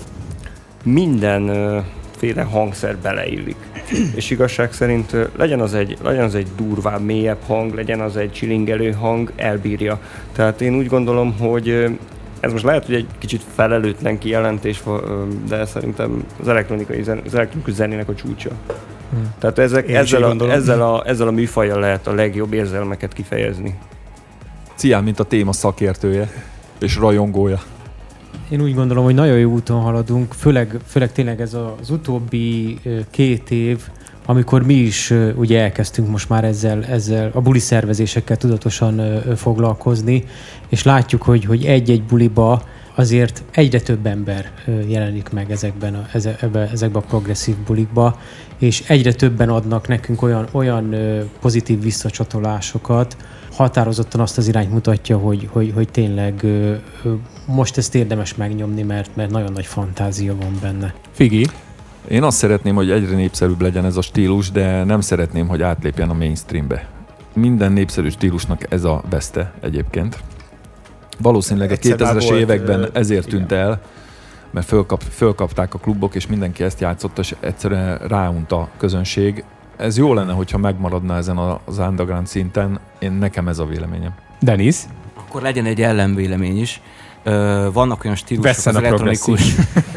Mindenféle hangszer beleillik. És igazság szerint legyen az, egy, legyen az egy durvább, mélyebb hang, legyen az egy csilingelő hang, elbírja. Tehát én úgy gondolom, hogy ez most lehet, hogy egy kicsit felelőtlen kijelentés, de szerintem az elektronikai zen, az elektronikus zenének a csúcsa. Hmm. Tehát ezek, ezzel, a, ezzel, a, ezzel a műfajjal lehet a legjobb érzelmeket kifejezni. Cián, mint a téma szakértője és rajongója. Én úgy gondolom, hogy nagyon jó úton haladunk, főleg, főleg tényleg ez az utóbbi két év, amikor mi is ugye elkezdtünk most már ezzel, ezzel a buli szervezésekkel tudatosan foglalkozni, és látjuk, hogy, hogy egy-egy buliba azért egyre több ember jelenik meg ezekben a, ezekben a progresszív bulikba, és egyre többen adnak nekünk olyan, olyan pozitív visszacsatolásokat, határozottan azt az irányt mutatja, hogy, hogy, hogy tényleg most ezt érdemes megnyomni, mert, mert nagyon nagy fantázia van benne. Figi? Én azt szeretném, hogy egyre népszerűbb legyen ez a stílus, de nem szeretném, hogy átlépjen a mainstreambe. Minden népszerű stílusnak ez a veszte egyébként. Valószínűleg a kétezres években ezért tűnt el, mert fölkap, fölkapták a klubok, és mindenki ezt játszott, és egyszerűen ráunt a közönség. Ez jó lenne, hogyha megmaradna ezen az underground szinten. Én nekem ez a véleményem. Denis? Akkor legyen egy ellenvélemény is. Vannak olyan stílusok Vesszen az elektronikus...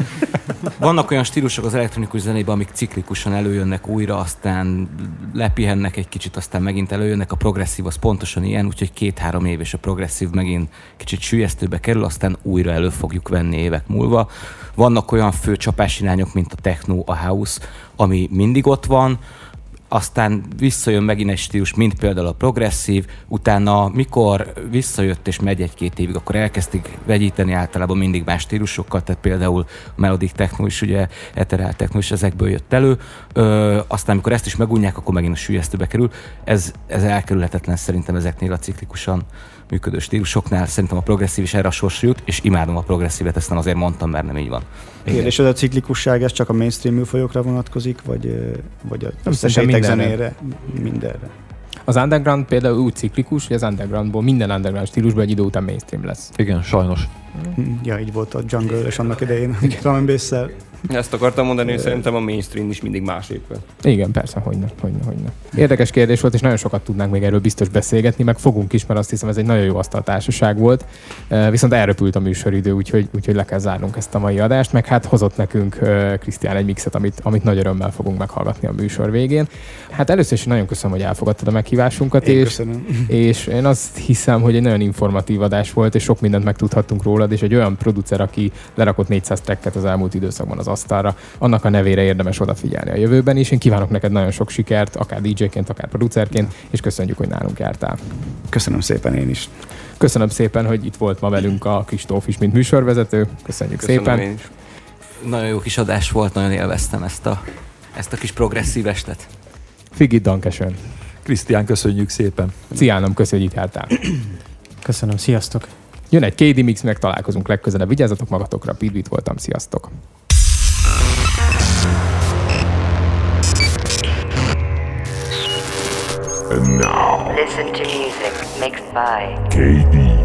Vannak olyan stílusok az elektronikus zenében, amik ciklikusan előjönnek újra, aztán lepihennek egy kicsit, aztán megint előjönnek. A progresszív az pontosan ilyen, úgyhogy két-három év és a progresszív megint kicsit süllyesztőbe kerül, aztán újra elő fogjuk venni évek múlva. Vannak olyan fő csapásirányok, mint a techno, a house, ami mindig ott van, aztán visszajön megint egy stílus, mint például a progresszív, utána mikor visszajött és megy egy-két évig, akkor elkezdték vegyíteni általában mindig más stílusokkal, tehát például a melodic techno is, ugye ethereal techno is ezekből jött elő, Ö, aztán amikor ezt is megunják, akkor megint a süllyesztőbe kerül. Ez, ez elkerülhetetlen szerintem ezeknél a ciklikusan működő stílusoknál, szerintem a progresszív is erre a sorsra jut, és imádom a progresszívet, ezt nem azért mondtam, mert nem így van. Igen, és ez a ciklikusság, ez csak a mainstream műfajokra vonatkozik, vagy, vagy a összesejtek zenére, mindenre? Az underground például úgy ciklikus, hogy az undergroundból, minden underground stílusból egy idő után mainstream lesz. Igen, sajnos. Ja, így volt a jungle és annak idején, drum and bass-szel. Ezt akartam mondani, hogy szerintem a mainstream is mindig más éppen. Igen, persze, hogyne, hogyne, hogyne. Érdekes kérdés volt, és nagyon sokat tudnánk még erről biztos beszélgetni, meg fogunk is, mert azt hiszem, ez egy nagyon jó asztaltársaság volt. Viszont elröpült a műsoridő, úgyhogy, úgyhogy le kell zárnunk ezt a mai adást, meg hát hozott nekünk Krisztián egy mixet, amit, amit nagy örömmel fogunk meghallgatni a műsor végén. Hát először is nagyon köszönöm, hogy elfogadtad a meghívásunkat, én és, köszönöm. és én azt hiszem, hogy egy nagyon informatív adás volt, és sok mindent megtudhattunk rólad, és egy olyan producer, aki lerakott négyszáz tracket az elmúlt időszakban az asztalra, annak a nevére érdemes odafigyelni a jövőben is. Én kívánok neked nagyon sok sikert, akár dé dzséként, akár producerként, és köszönjük, hogy nálunk jártál. Köszönöm szépen én is. Köszönöm szépen, hogy itt volt ma velünk a Kristóf is, mint műsorvezető. Köszönjük Köszönöm szépen. Én is. Nagyon jó kis adás volt, nagyon élveztem ezt a, ezt a kis progresszív estet. Figit Dankesön. Krisztián, köszönjük szépen. Ciánom, köszönjük, hogy itt jártál. Köszönöm, sziasztok. Jön egy ká dé Mix, meg találkozunk legközelebb. Vigyázzatok magatokra, Pidvit voltam, sziasztok. And now, Listen to music mixed by K D.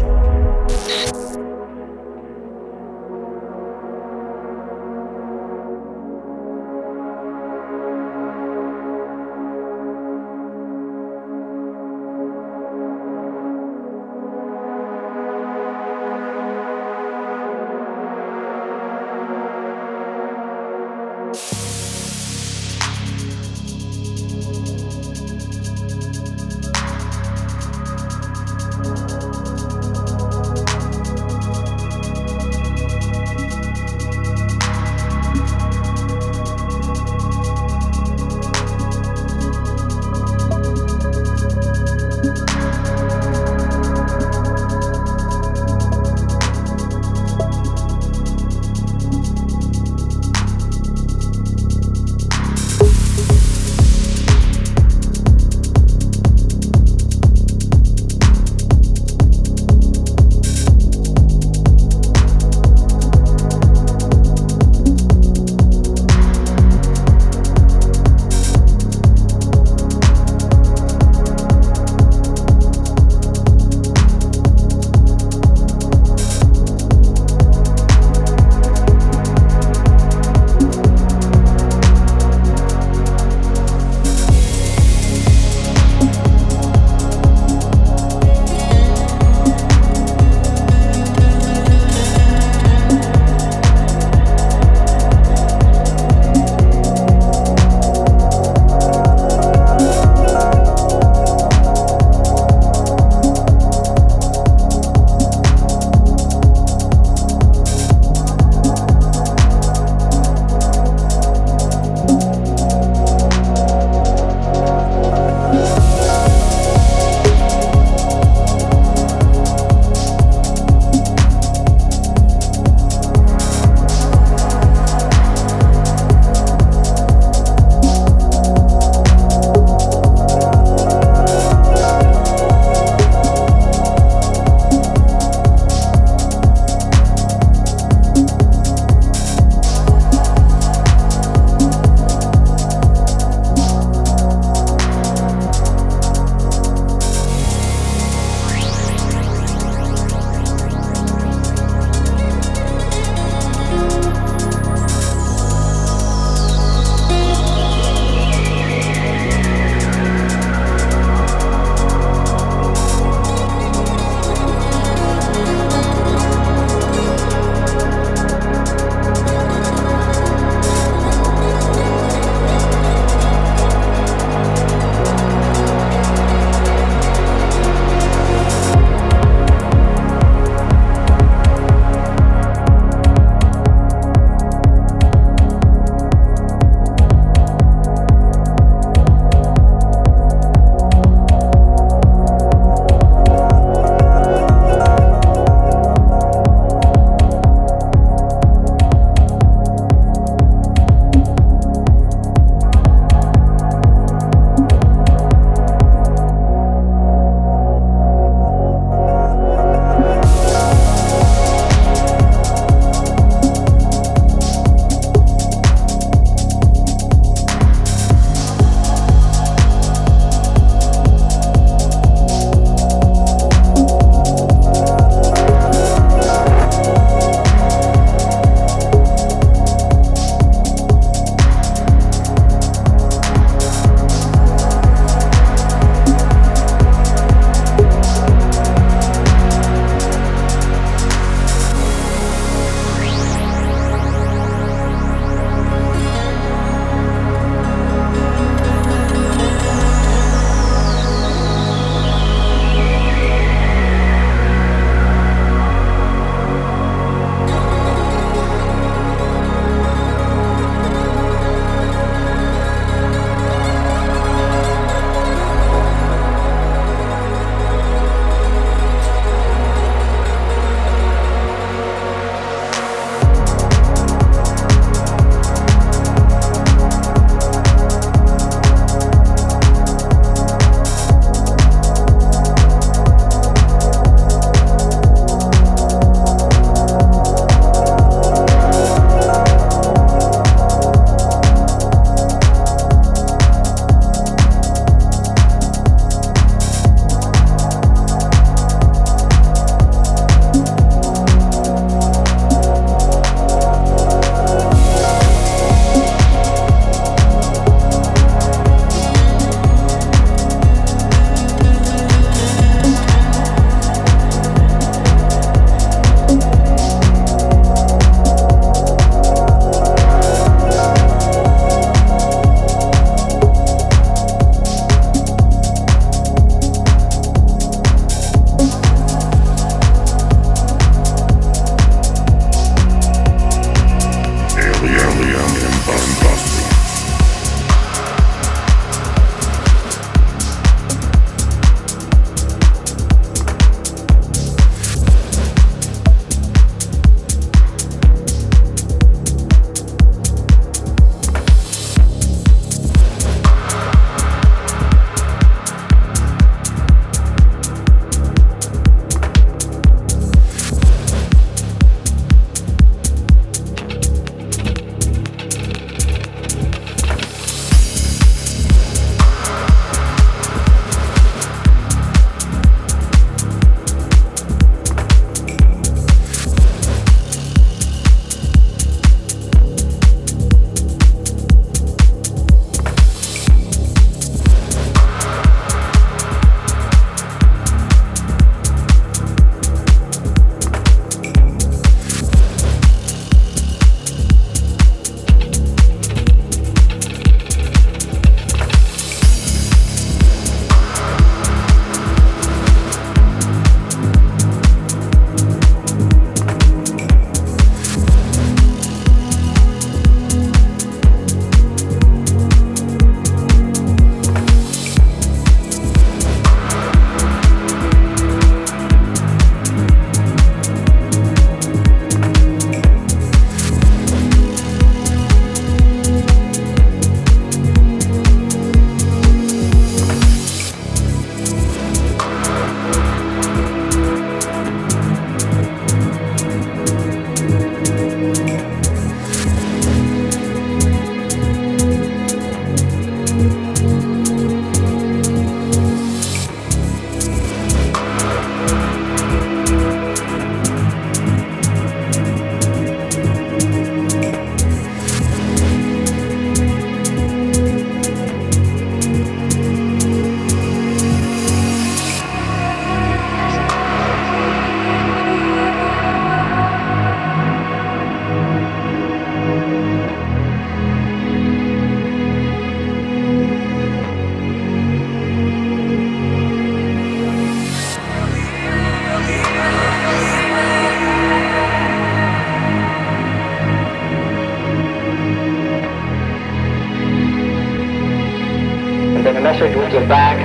message will give back,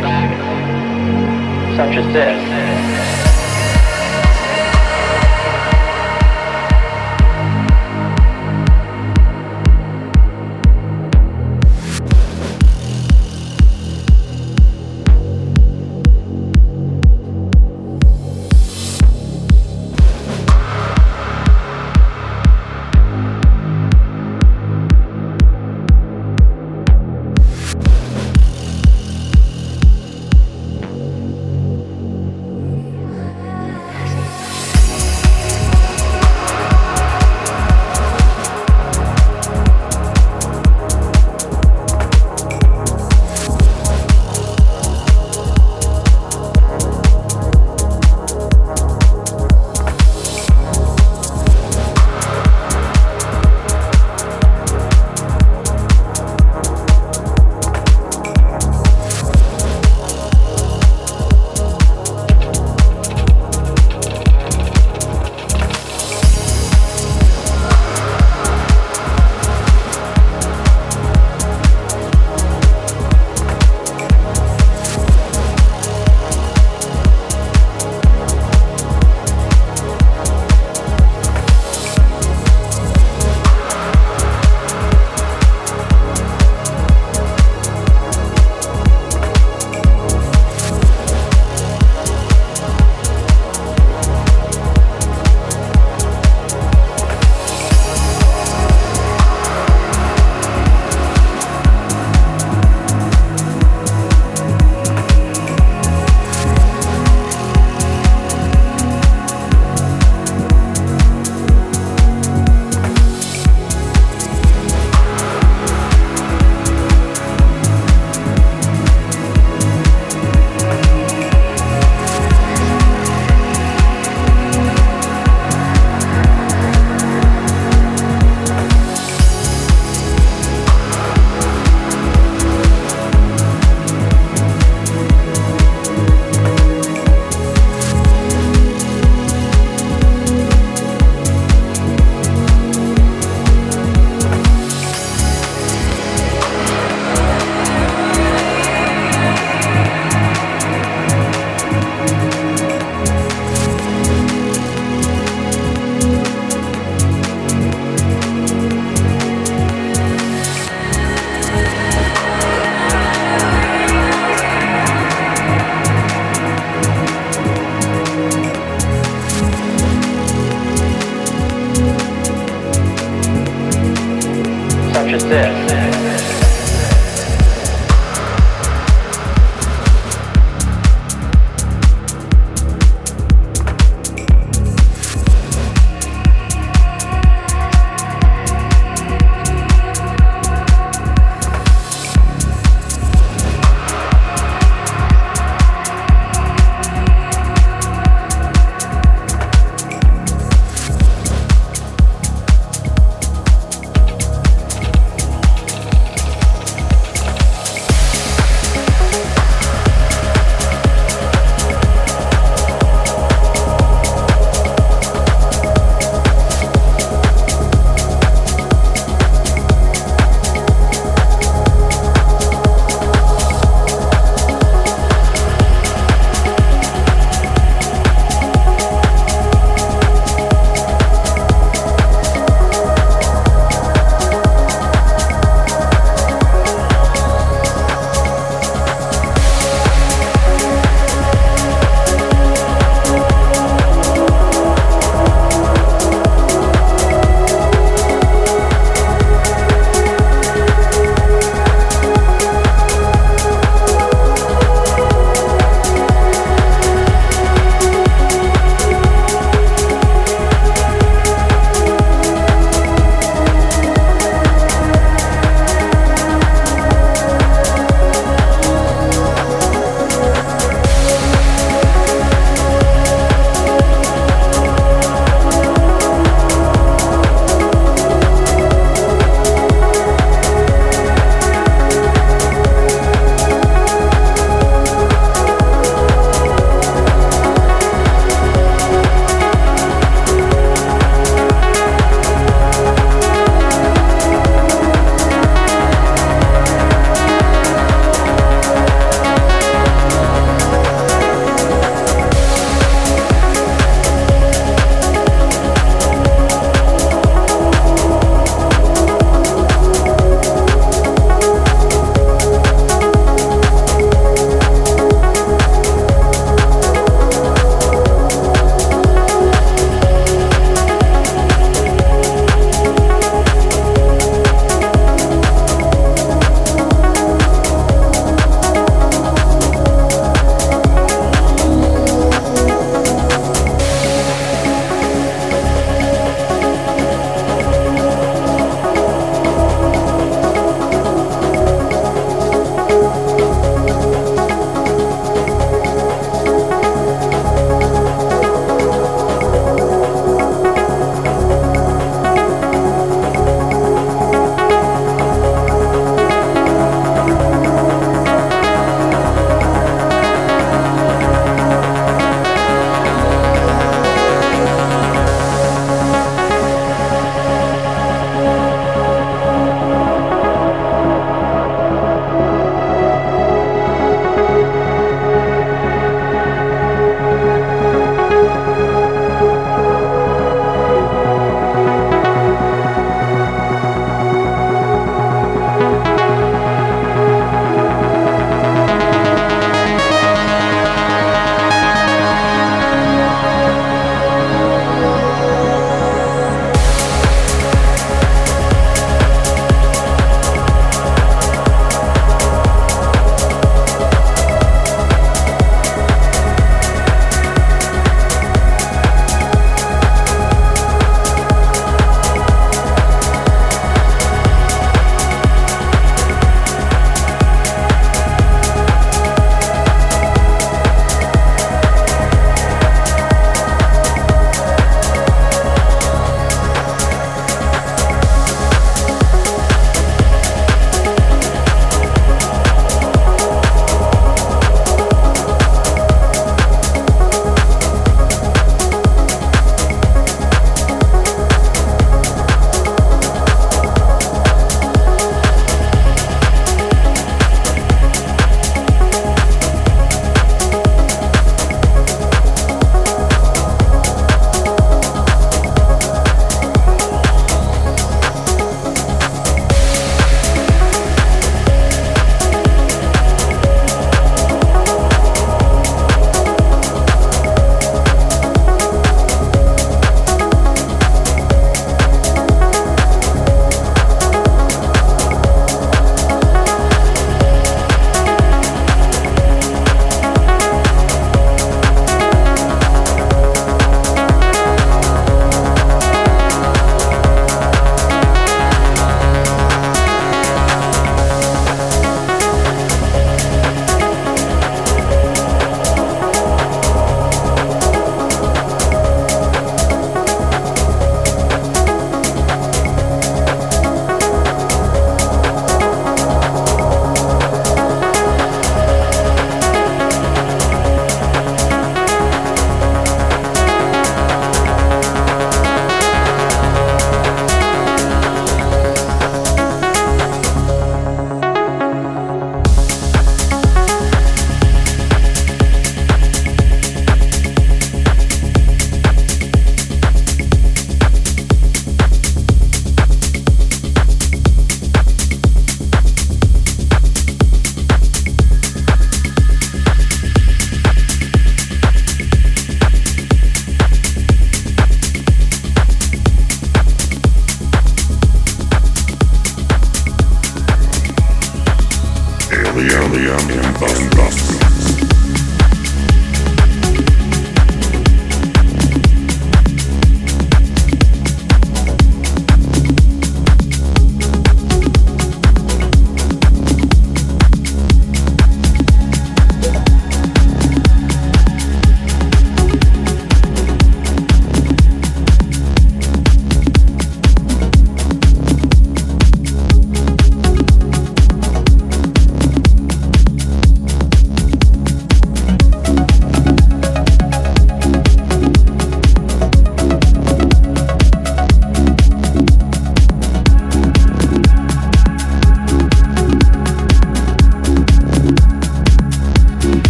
such as this. Such as this.